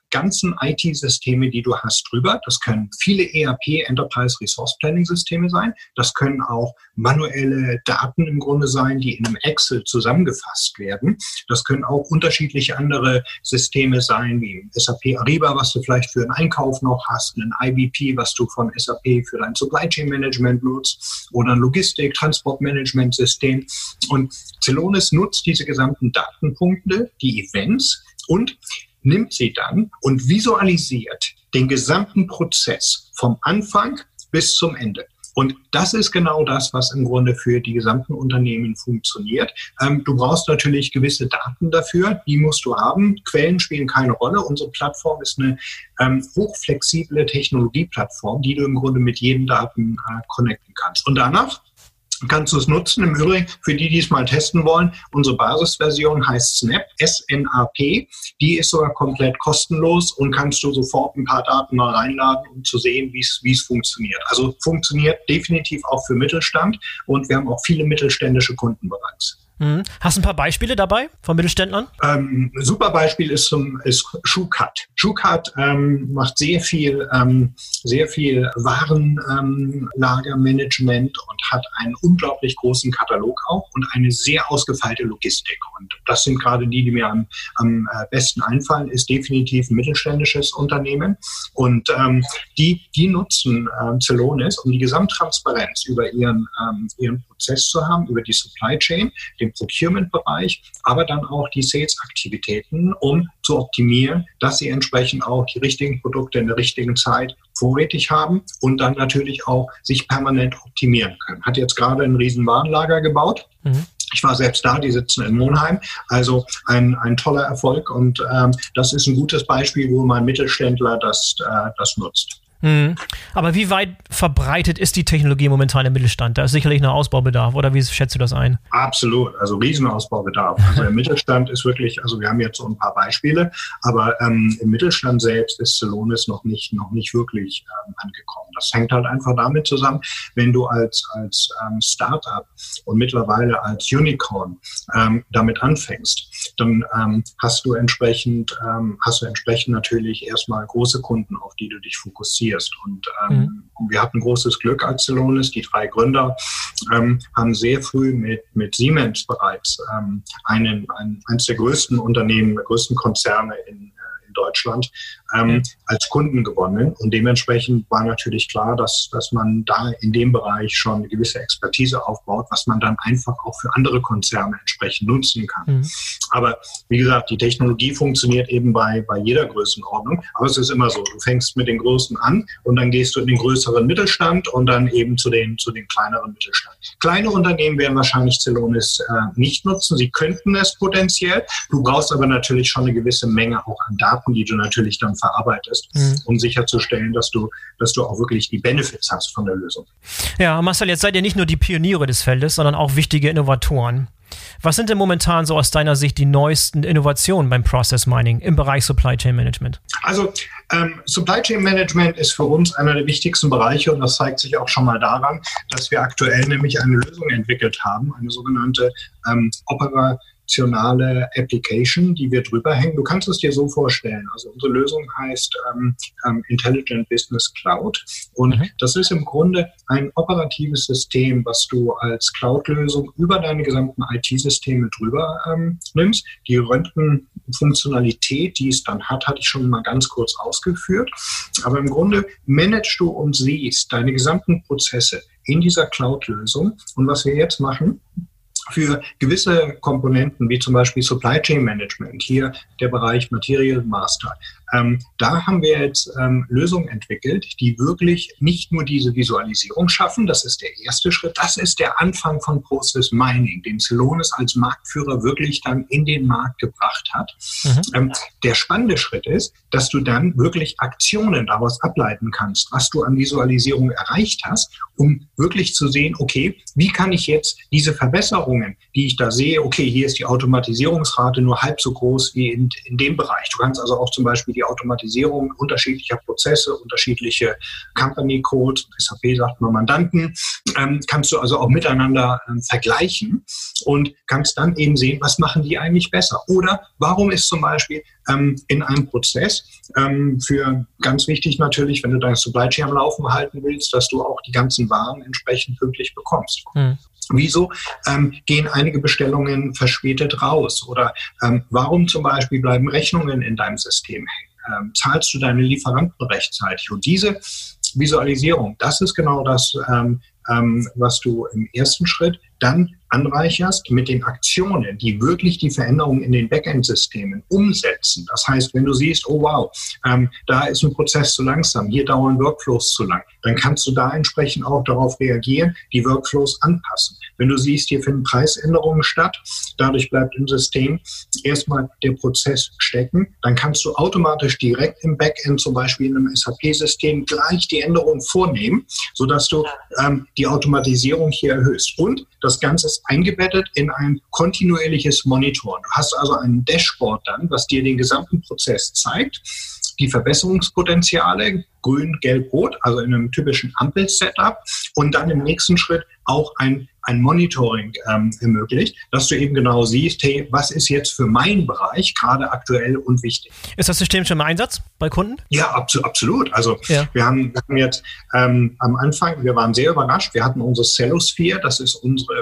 ganzen IT-Systeme, die du hast, drüber. Das können viele ERP, Enterprise Resource Planning Systeme sein. Das können auch manuelle Daten im Grunde sein, die in einem Excel zusammengefasst werden. Das können auch unterschiedliche andere Systeme sein, wie SAP Ariba, was du vielleicht für den Einkauf noch hast, ein IBP, was du von SAP für dein Supply Chain Management nutzt, oder ein Logistik-, Transportmanagement-System. Und Celonis nutzt diese gesamten Datenpunkte, die Events, und nimmt sie dann und visualisiert den gesamten Prozess vom Anfang bis zum Ende. Und das ist genau das, was im Grunde für die gesamten Unternehmen funktioniert. Du brauchst natürlich gewisse Daten dafür, die musst du haben. Quellen spielen keine Rolle. Unsere Plattform ist eine hochflexible Technologieplattform, die du im Grunde mit jedem Daten connecten kannst. Und danach kannst du es nutzen. Im Übrigen, für die es mal testen wollen, unsere Basisversion heißt Snap, S-N-A-P. Die ist sogar komplett kostenlos und kannst du sofort ein paar Daten mal reinladen, um zu sehen, wie es funktioniert. Also funktioniert definitiv auch für Mittelstand, und wir haben auch viele mittelständische Kunden bereits. Hast du ein paar Beispiele dabei von Mittelständlern? Super Beispiel ist Schuhcut. Schuhcut macht sehr viel Warenlagermanagement und hat einen unglaublich großen Katalog auch und eine sehr ausgefeilte Logistik. Und das sind gerade die mir am besten einfallen, ist definitiv ein mittelständisches Unternehmen. Und die nutzen Celonis, um die Gesamttransparenz über ihren Prozess zu haben, über die Supply Chain, den Procurement-Bereich, aber dann auch die Sales-Aktivitäten, um zu optimieren, dass sie entsprechend auch die richtigen Produkte in der richtigen Zeit vorrätig haben und dann natürlich auch sich permanent optimieren können. Hat jetzt gerade ein riesen Warenlager gebaut. Ich war selbst da, die sitzen in Monheim, also ein toller Erfolg, und das ist ein gutes Beispiel, wo mein Mittelständler das nutzt. Aber wie weit verbreitet ist die Technologie momentan im Mittelstand? Da ist sicherlich noch Ausbaubedarf, oder wie schätzt du das ein? Absolut, also Riesenausbaubedarf. Also im Mittelstand ist wirklich, also wir haben jetzt so ein paar Beispiele, aber im Mittelstand selbst ist Celonis noch nicht wirklich angekommen. Das hängt halt einfach damit zusammen, wenn du als Startup und mittlerweile als Unicorn damit anfängst, dann hast du entsprechend natürlich erstmal große Kunden, auf die du dich fokussierst. Und wir hatten großes Glück als Celonis. Die 3 Gründer haben sehr früh mit Siemens bereits eins der größten Unternehmen, der größten Konzerne in Deutschland als Kunden gewonnen. Und dementsprechend war natürlich klar, dass man da in dem Bereich schon eine gewisse Expertise aufbaut, was man dann einfach auch für andere Konzerne entsprechend nutzen kann. Aber wie gesagt, die Technologie funktioniert eben bei jeder Größenordnung. Aber es ist immer so, du fängst mit den Großen an und dann gehst du in den größeren Mittelstand und dann eben zu den kleineren Mittelstand. Kleine Unternehmen werden wahrscheinlich Celonis nicht nutzen. Sie könnten es potenziell. Du brauchst aber natürlich schon eine gewisse Menge auch an Daten, die du natürlich dann verarbeitest, um sicherzustellen, dass du auch wirklich die Benefits hast von der Lösung. Ja, Marcel, jetzt seid ihr nicht nur die Pioniere des Feldes, sondern auch wichtige Innovatoren. Was sind denn momentan so aus deiner Sicht die neuesten Innovationen beim Process Mining im Bereich Supply Chain Management? Also Supply Chain Management ist für uns einer der wichtigsten Bereiche, und das zeigt sich auch schon mal daran, dass wir aktuell nämlich eine Lösung entwickelt haben, eine sogenannte operationale Application, die wir drüber hängen. Du kannst es dir so vorstellen. Also unsere Lösung heißt Intelligent Business Cloud, und das ist im Grunde ein operatives System, was du als Cloud-Lösung über deine gesamten IT-Systeme drüber nimmst. Die Röntgenfunktionalität, die es dann hat, hatte ich schon mal ganz kurz ausgeführt. Aber im Grunde managst du und siehst deine gesamten Prozesse in dieser Cloud-Lösung. Und was wir jetzt machen, für gewisse Komponenten, wie zum Beispiel Supply Chain Management, hier der Bereich Material Master, da haben wir jetzt Lösungen entwickelt, die wirklich nicht nur diese Visualisierung schaffen, das ist der erste Schritt, das ist der Anfang von Process Mining, den Celonis als Marktführer wirklich dann in den Markt gebracht hat. Der spannende Schritt ist, dass du dann wirklich Aktionen daraus ableiten kannst, was du an Visualisierung erreicht hast, um wirklich zu sehen, okay, wie kann ich jetzt diese Verbesserungen, die ich da sehe, okay, hier ist die Automatisierungsrate nur halb so groß wie in dem Bereich. Du kannst also auch zum Beispiel die Automatisierung unterschiedlicher Prozesse, unterschiedliche Company Codes, SAP sagt man Mandanten, kannst du also auch miteinander vergleichen und kannst dann eben sehen, was machen die eigentlich besser. Oder warum ist zum Beispiel in einem Prozess für ganz wichtig natürlich, wenn du deine Supply Chain am Laufen halten willst, dass du auch die ganzen Waren entsprechend pünktlich bekommst. Wieso gehen einige Bestellungen verspätet raus? Oder warum zum Beispiel bleiben Rechnungen in deinem System hängen? Zahlst du deine Lieferanten rechtzeitig? Und diese Visualisierung, das ist genau das, was du im ersten Schritt dann anreicherst mit den Aktionen, die wirklich die Veränderungen in den Backend-Systemen umsetzen. Das heißt, wenn du siehst, oh wow, da ist ein Prozess zu langsam, hier dauern Workflows zu lang, dann kannst du da entsprechend auch darauf reagieren, die Workflows anpassen. Wenn du siehst, hier finden Preisänderungen statt, dadurch bleibt im System erstmal der Prozess stecken, dann kannst du automatisch direkt im Backend, zum Beispiel in einem SAP-System, gleich die Änderungen vornehmen, sodass du die Automatisierung hier erhöhst. Und das Ganze ist eingebettet in ein kontinuierliches Monitoren. Du hast also ein Dashboard dann, was dir den gesamten Prozess zeigt, die Verbesserungspotenziale, grün, gelb, rot, also in einem typischen Ampel-Setup und dann im nächsten Schritt auch ein Monitoring ermöglicht, dass du eben genau siehst, hey, was ist jetzt für meinen Bereich gerade aktuell und wichtig. Ist das System schon im Einsatz bei Kunden? Ja, absolut. Also wir haben jetzt am Anfang, wir waren sehr überrascht, wir hatten unsere Cellosphere, das ist unsere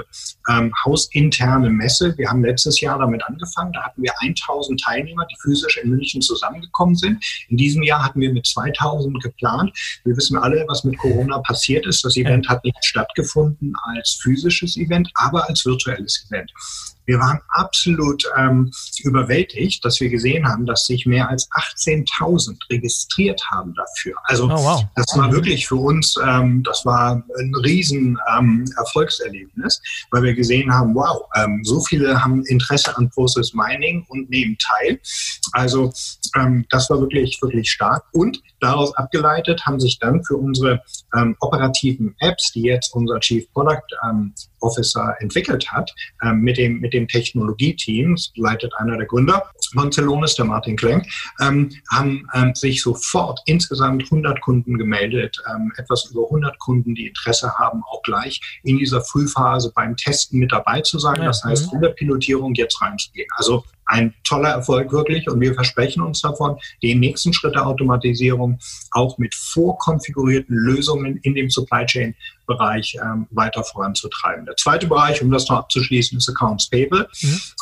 hausinterne Messe. Wir haben letztes Jahr damit angefangen, da hatten wir 1000 Teilnehmer, die physisch in München zusammengekommen sind. In diesem Jahr hatten wir mit 2000 geplant. Wir wissen alle, was mit Corona passiert ist. Das Event hat nicht stattgefunden als physisches Event, aber als virtuelles Event. Wir waren absolut überwältigt, dass wir gesehen haben, dass sich mehr als 18.000 registriert haben dafür. Also das war wirklich für uns, das war ein riesen Erfolgserlebnis, weil wir gesehen haben, wow, so viele haben Interesse an Process Mining und nehmen teil. Also das war wirklich, wirklich stark. Und daraus abgeleitet haben sich dann für unsere operativen Apps, die jetzt unser Chief Product Officer entwickelt hat, mit dem Technologieteam, das leitet einer der Gründer von Celonis, der Martin Klenk, haben sich sofort insgesamt 100 Kunden gemeldet, etwas über 100 Kunden, die Interesse haben, auch gleich in dieser Frühphase beim Testen mit dabei zu sein. Das heißt, in der Pilotierung jetzt reinzugehen. Also ein toller Erfolg wirklich und wir versprechen uns davon, den nächsten Schritt der Automatisierung auch mit vorkonfigurierten Lösungen in dem Supply Chain Bereich weiter voranzutreiben. Der zweite Bereich, um das noch abzuschließen, ist Accounts Payable.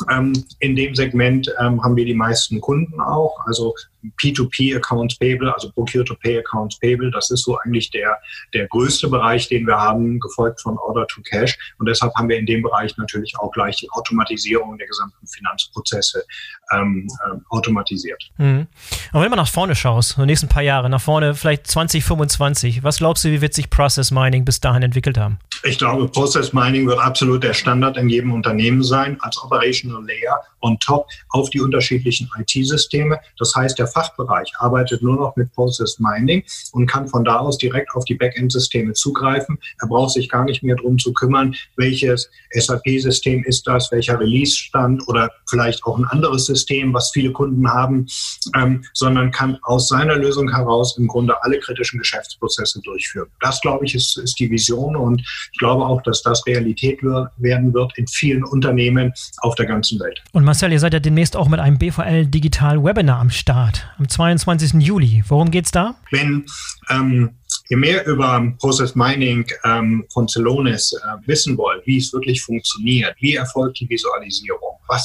In dem Segment haben wir die meisten Kunden auch, also P2P Accounts Payable, also Procure-to-Pay Accounts Payable, das ist so eigentlich der größte Bereich, den wir haben, gefolgt von Order-to-Cash. Und deshalb haben wir in dem Bereich natürlich auch gleich die Automatisierung der gesamten Finanzprozesse automatisiert. Aber wenn man nach vorne schaust, in den nächsten paar Jahre, nach vorne vielleicht 2025, was glaubst du, wie wird sich Process Mining bis dahin entwickelt haben? Ich glaube, Process Mining wird absolut der Standard in jedem Unternehmen sein, als Operational Layer on top auf die unterschiedlichen IT-Systeme. Das heißt, der Fachbereich arbeitet nur noch mit Process Mining und kann von da aus direkt auf die Backend-Systeme zugreifen. Er braucht sich gar nicht mehr darum zu kümmern, welches SAP-System ist das, welcher Release-Stand oder vielleicht auch ein anderes System, was viele Kunden haben, sondern kann aus seiner Lösung heraus im Grunde alle kritischen Geschäftsprozesse durchführen. Das, glaube ich, ist die Vision und ich glaube auch, dass das Realität werden wird in vielen Unternehmen auf der ganzen Welt. Und Marcel, ihr seid ja demnächst auch mit einem BVL Digital Webinar am Start, am 22. Juli. Worum geht's da? Wenn ihr mehr über Process Mining von Celonis wissen wollt, wie es wirklich funktioniert, wie erfolgt die Visualisierung,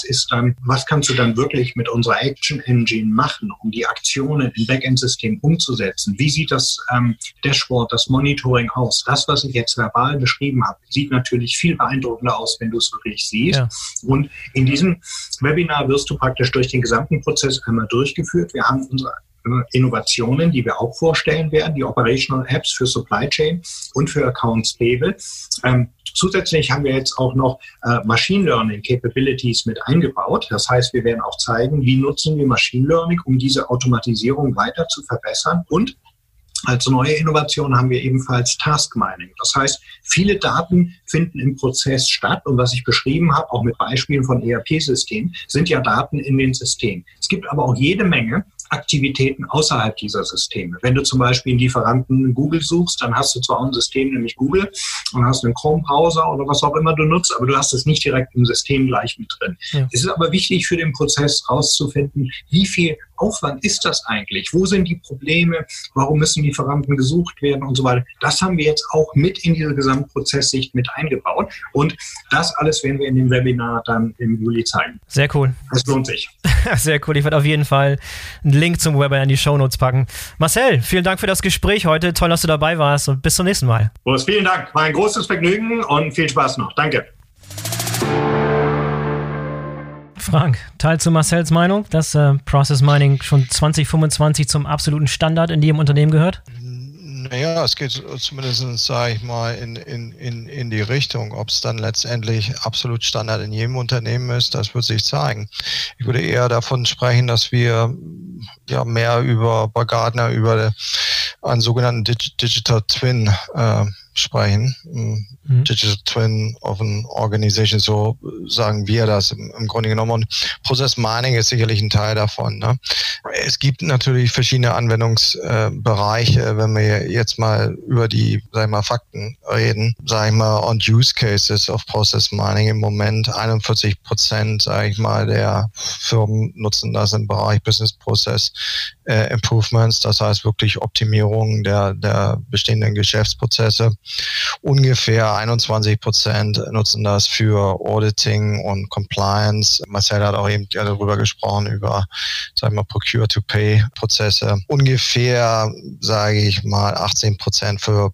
was kannst du dann wirklich mit unserer Action Engine machen, um die Aktionen im Backend-System umzusetzen? Wie sieht das Dashboard, das Monitoring aus? Das, was ich jetzt verbal beschrieben habe, sieht natürlich viel beeindruckender aus, wenn du es wirklich siehst. Ja. Und in diesem Webinar wirst du praktisch durch den gesamten Prozess einmal durchgeführt. Wir haben unsere Innovationen, die wir auch vorstellen werden, die Operational Apps für Supply Chain und für Accounts Payable. Zusätzlich haben wir jetzt auch noch Machine Learning Capabilities mit eingebaut. Das heißt, wir werden auch zeigen, wie nutzen wir Machine Learning, um diese Automatisierung weiter zu verbessern. Und als neue Innovation haben wir ebenfalls Task Mining. Das heißt, viele Daten finden im Prozess statt und was ich beschrieben habe, auch mit Beispielen von ERP-Systemen, sind ja Daten in den Systemen. Es gibt aber auch jede Menge Aktivitäten außerhalb dieser Systeme. Wenn du zum Beispiel einen Lieferanten Google suchst, dann hast du zwar ein System, nämlich Google, und hast einen Chrome-Browser oder was auch immer du nutzt, aber du hast es nicht direkt im System gleich mit drin. Ja. Es ist aber wichtig für den Prozess herauszufinden, wie viel Aufwand ist das eigentlich? Wo sind die Probleme? Warum müssen Lieferanten gesucht werden und so weiter? Das haben wir jetzt auch mit in diese Gesamtprozesssicht mit eingebaut. Und das alles werden wir in dem Webinar dann im Juli zeigen. Sehr cool. Es lohnt sich. Sehr cool. Ich werde auf jeden Fall einen Link zum Webinar in die Shownotes packen. Marcel, vielen Dank für das Gespräch heute. Toll, dass du dabei warst und bis zum nächsten Mal. Boris, vielen Dank. War ein großes Vergnügen und viel Spaß noch. Danke. Frank, teilst du Marcels Meinung, dass Process Mining schon 2025 zum absoluten Standard in jedem Unternehmen gehört? Naja, es geht zumindest, sage ich mal, in die Richtung. Ob es dann letztendlich absolut Standard in jedem Unternehmen ist, das wird sich zeigen. Ich würde eher davon sprechen, dass wir ja mehr bei Gartner über einen sogenannten Digital Twin sprechen. Digital Twin of an Organization, so sagen wir das im Grunde genommen. Und Process Mining ist sicherlich ein Teil davon. Ne? Es gibt natürlich verschiedene Anwendungsbereiche, wenn wir jetzt mal über die, sag ich mal, Fakten reden, sag ich mal, und Use Cases of Process Mining im Moment. 41%, sag ich mal, der Firmen nutzen das im Bereich Business Process Improvements, das heißt wirklich Optimierung der bestehenden Geschäftsprozesse. Ungefähr 21% nutzen das für Auditing und Compliance. Marcel hat auch eben darüber gesprochen, über, sag ich mal, Procure-to-Pay-Prozesse. Ungefähr, sage ich mal, 18% für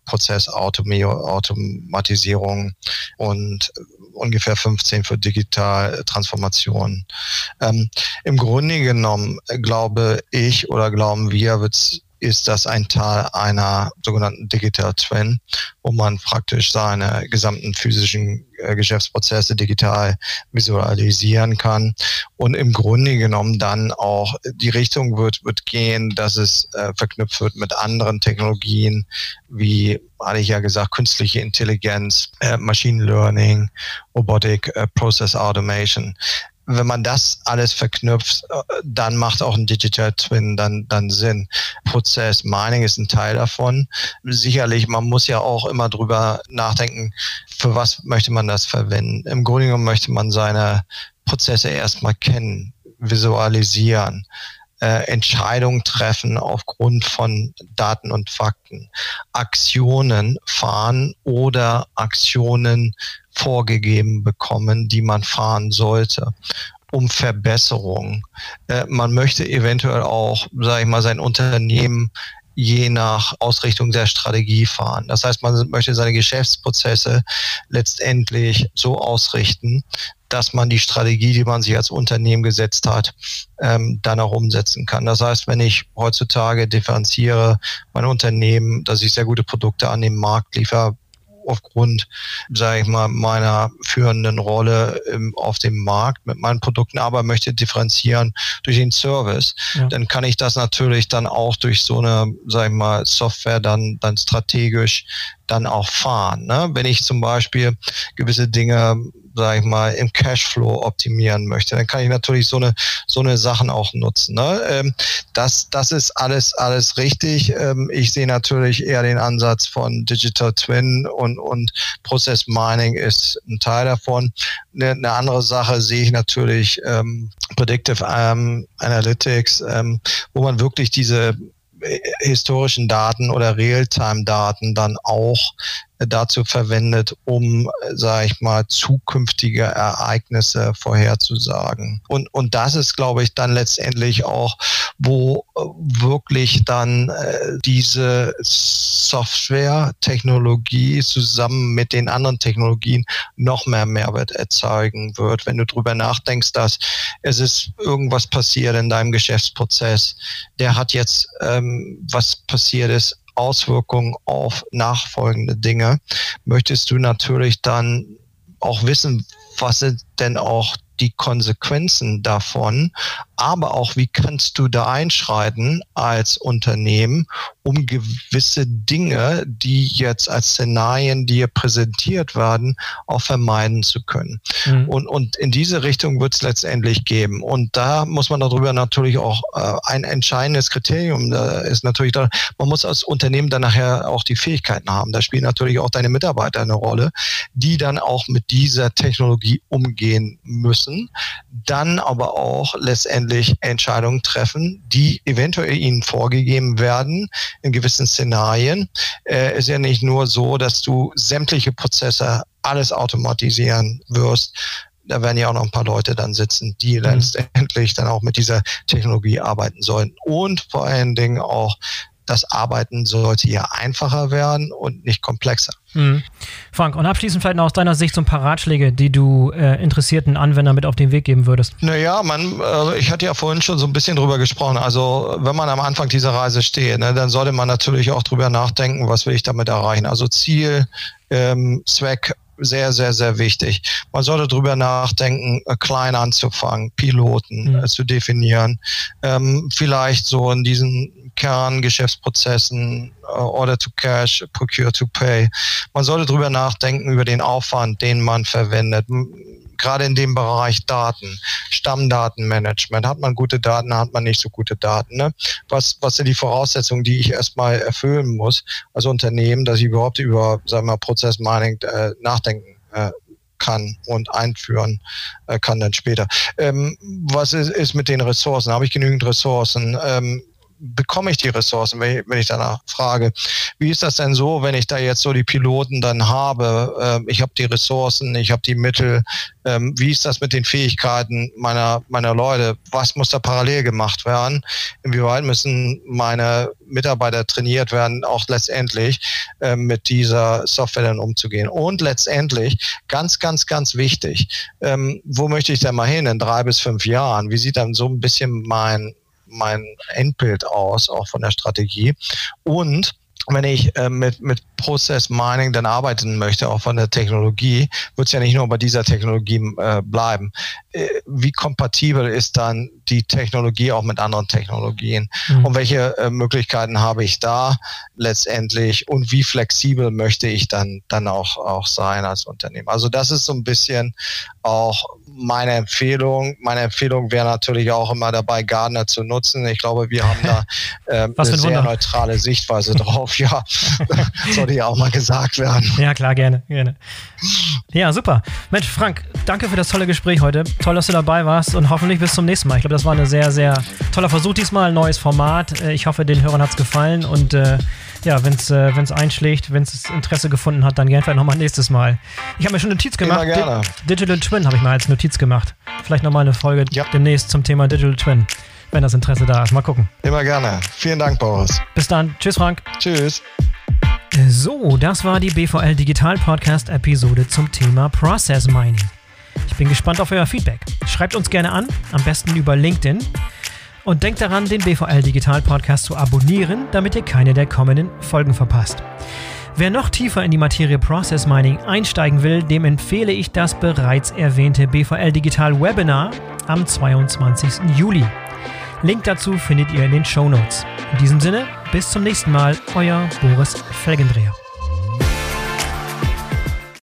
Prozessautomatisierung und ungefähr 15 für Digitaltransformation. Im Grunde genommen glauben wir, ist das ein Teil einer sogenannten Digital Twin, wo man praktisch seine gesamten physischen Geschäftsprozesse digital visualisieren kann. Und im Grunde genommen dann auch die Richtung wird gehen, dass es verknüpft wird mit anderen Technologien, wie, hatte ich ja gesagt, künstliche Intelligenz, Machine Learning, Robotic Process Automation. Wenn man das alles verknüpft, dann macht auch ein Digital Twin dann Sinn. Prozess Mining ist ein Teil davon. Sicherlich, man muss ja auch immer drüber nachdenken, für was möchte man das verwenden. Im Grunde genommen möchte man seine Prozesse erstmal kennen, visualisieren, Entscheidungen treffen aufgrund von Daten und Fakten, Aktionen fahren oder Aktionen vorgegeben bekommen, die man fahren sollte, um Verbesserung. Man möchte eventuell auch, sage ich mal, sein Unternehmen je nach Ausrichtung der Strategie fahren. Das heißt, man möchte seine Geschäftsprozesse letztendlich so ausrichten, dass man die Strategie, die man sich als Unternehmen gesetzt hat, dann auch umsetzen kann. Das heißt, wenn ich heutzutage differenziere mein Unternehmen, dass ich sehr gute Produkte an den Markt liefere, aufgrund, sage ich mal, meiner führenden Rolle auf dem Markt mit meinen Produkten, aber möchte differenzieren durch den Service, dann kann ich das natürlich dann auch durch so eine, sage ich mal, Software dann strategisch dann auch fahren. Ne? Wenn ich zum Beispiel gewisse Dinge, sage ich mal, im Cashflow optimieren möchte, dann kann ich natürlich so eine Sachen auch nutzen. Ne? Das ist alles richtig. Ich sehe natürlich eher den Ansatz von Digital Twin und Process Mining ist ein Teil davon. Eine andere Sache sehe ich natürlich Predictive Analytics, wo man wirklich diese historischen Daten oder Realtime-Daten dann auch dazu verwendet, um, sage ich mal, zukünftige Ereignisse vorherzusagen. Und das ist, glaube ich, dann letztendlich auch, wo wirklich dann diese Software-Technologie zusammen mit den anderen Technologien noch mehr Mehrwert erzeugen wird. Wenn du drüber nachdenkst, dass es ist irgendwas passiert in deinem Geschäftsprozess, der hat jetzt, was passiert ist, Auswirkungen auf nachfolgende Dinge, möchtest du natürlich dann auch wissen, was sind denn auch die Konsequenzen davon, aber auch, wie kannst du da einschreiten als Unternehmen, um gewisse Dinge, die jetzt als Szenarien dir präsentiert werden, auch vermeiden zu können. Und in diese Richtung wird es letztendlich geben. Und da muss man darüber natürlich auch ein entscheidendes Kriterium, da ist natürlich, man muss als Unternehmen dann nachher auch die Fähigkeiten haben. Da spielen natürlich auch deine Mitarbeiter eine Rolle, die dann auch mit dieser Technologie umgehen müssen, dann aber auch letztendlich Entscheidungen treffen, die eventuell ihnen vorgegeben werden in gewissen Szenarien. Ist ja nicht nur so, dass du sämtliche Prozesse alles automatisieren wirst. Da werden ja auch noch ein paar Leute dann sitzen, die letztendlich dann auch mit dieser Technologie arbeiten sollen. Und vor allen Dingen auch das Arbeiten sollte hier einfacher werden und nicht komplexer. Frank, und abschließend vielleicht noch aus deiner Sicht so ein paar Ratschläge, die du interessierten Anwendern mit auf den Weg geben würdest. Naja, ich hatte ja vorhin schon so ein bisschen drüber gesprochen. Also wenn man am Anfang dieser Reise steht, dann sollte man natürlich auch drüber nachdenken, was will ich damit erreichen. Also Ziel, Zweck, sehr, sehr, sehr wichtig. Man sollte drüber nachdenken, klein anzufangen, Piloten zu definieren, vielleicht so in diesen Kerngeschäftsprozessen, Order to Cash, Procure to Pay. Man sollte drüber nachdenken über den Aufwand, den man verwendet. Gerade in dem Bereich Daten, Stammdatenmanagement. Hat man gute Daten, hat man nicht so gute Daten. Ne? Was sind die Voraussetzungen, die ich erstmal erfüllen muss als Unternehmen, dass ich überhaupt über, sagen wir mal, Prozessmining nachdenken kann und einführen kann dann später. Was ist mit den Ressourcen? Habe ich genügend Ressourcen? Bekomme ich die Ressourcen, wenn ich danach frage? Wie ist das denn so, wenn ich da jetzt so die Piloten dann habe? Ich habe die Ressourcen, ich habe die Mittel. Wie ist das mit den Fähigkeiten meiner Leute? Was muss da parallel gemacht werden? Inwieweit müssen meine Mitarbeiter trainiert werden, auch letztendlich mit dieser Software dann umzugehen? Und letztendlich, ganz, ganz, ganz wichtig, wo möchte ich denn mal hin in 3 bis 5 Jahren? Wie sieht dann so ein bisschen mein Endbild aus, auch von der Strategie? Und wenn ich mit Process Mining dann arbeiten möchte, auch von der Technologie, wird es ja nicht nur bei dieser Technologie bleiben. Wie kompatibel ist dann die Technologie auch mit anderen Technologien? Und welche Möglichkeiten habe ich da letztendlich? Und wie flexibel möchte ich dann auch sein als Unternehmen? Also das ist so ein bisschen auch meine Empfehlung. Meine Empfehlung wäre natürlich auch immer dabei, Gartner zu nutzen. Ich glaube, wir haben da eine sehr neutrale Sichtweise drauf. Ja, sollte ja auch mal gesagt werden. Ja, klar, gerne. Ja, super. Mensch, Frank, danke für das tolle Gespräch heute. Toll, dass du dabei warst und hoffentlich bis zum nächsten Mal. Ich glaube, das war ein sehr, sehr toller Versuch diesmal, ein neues Format. Ich hoffe, den Hörern hat es gefallen und ja, wenn es einschlägt, wenn es Interesse gefunden hat, dann gerne vielleicht nochmal nächstes Mal. Ich habe mir schon eine Notiz gemacht. Immer gerne. Digital Twin habe ich mal als Notiz gemacht. Vielleicht nochmal eine Folge demnächst zum Thema Digital Twin, wenn das Interesse da ist. Mal gucken. Immer gerne. Vielen Dank, Boris. Bis dann. Tschüss, Frank. Tschüss. So, das war die BVL Digital Podcast Episode zum Thema Process Mining. Ich bin gespannt auf euer Feedback. Schreibt uns gerne an, am besten über LinkedIn. Und denkt daran, den BVL Digital Podcast zu abonnieren, damit ihr keine der kommenden Folgen verpasst. Wer noch tiefer in die Materie Process Mining einsteigen will, dem empfehle ich das bereits erwähnte BVL Digital Webinar am 22. Juli. Link dazu findet ihr in den Shownotes. In diesem Sinne, bis zum nächsten Mal, euer Boris Felgendreher.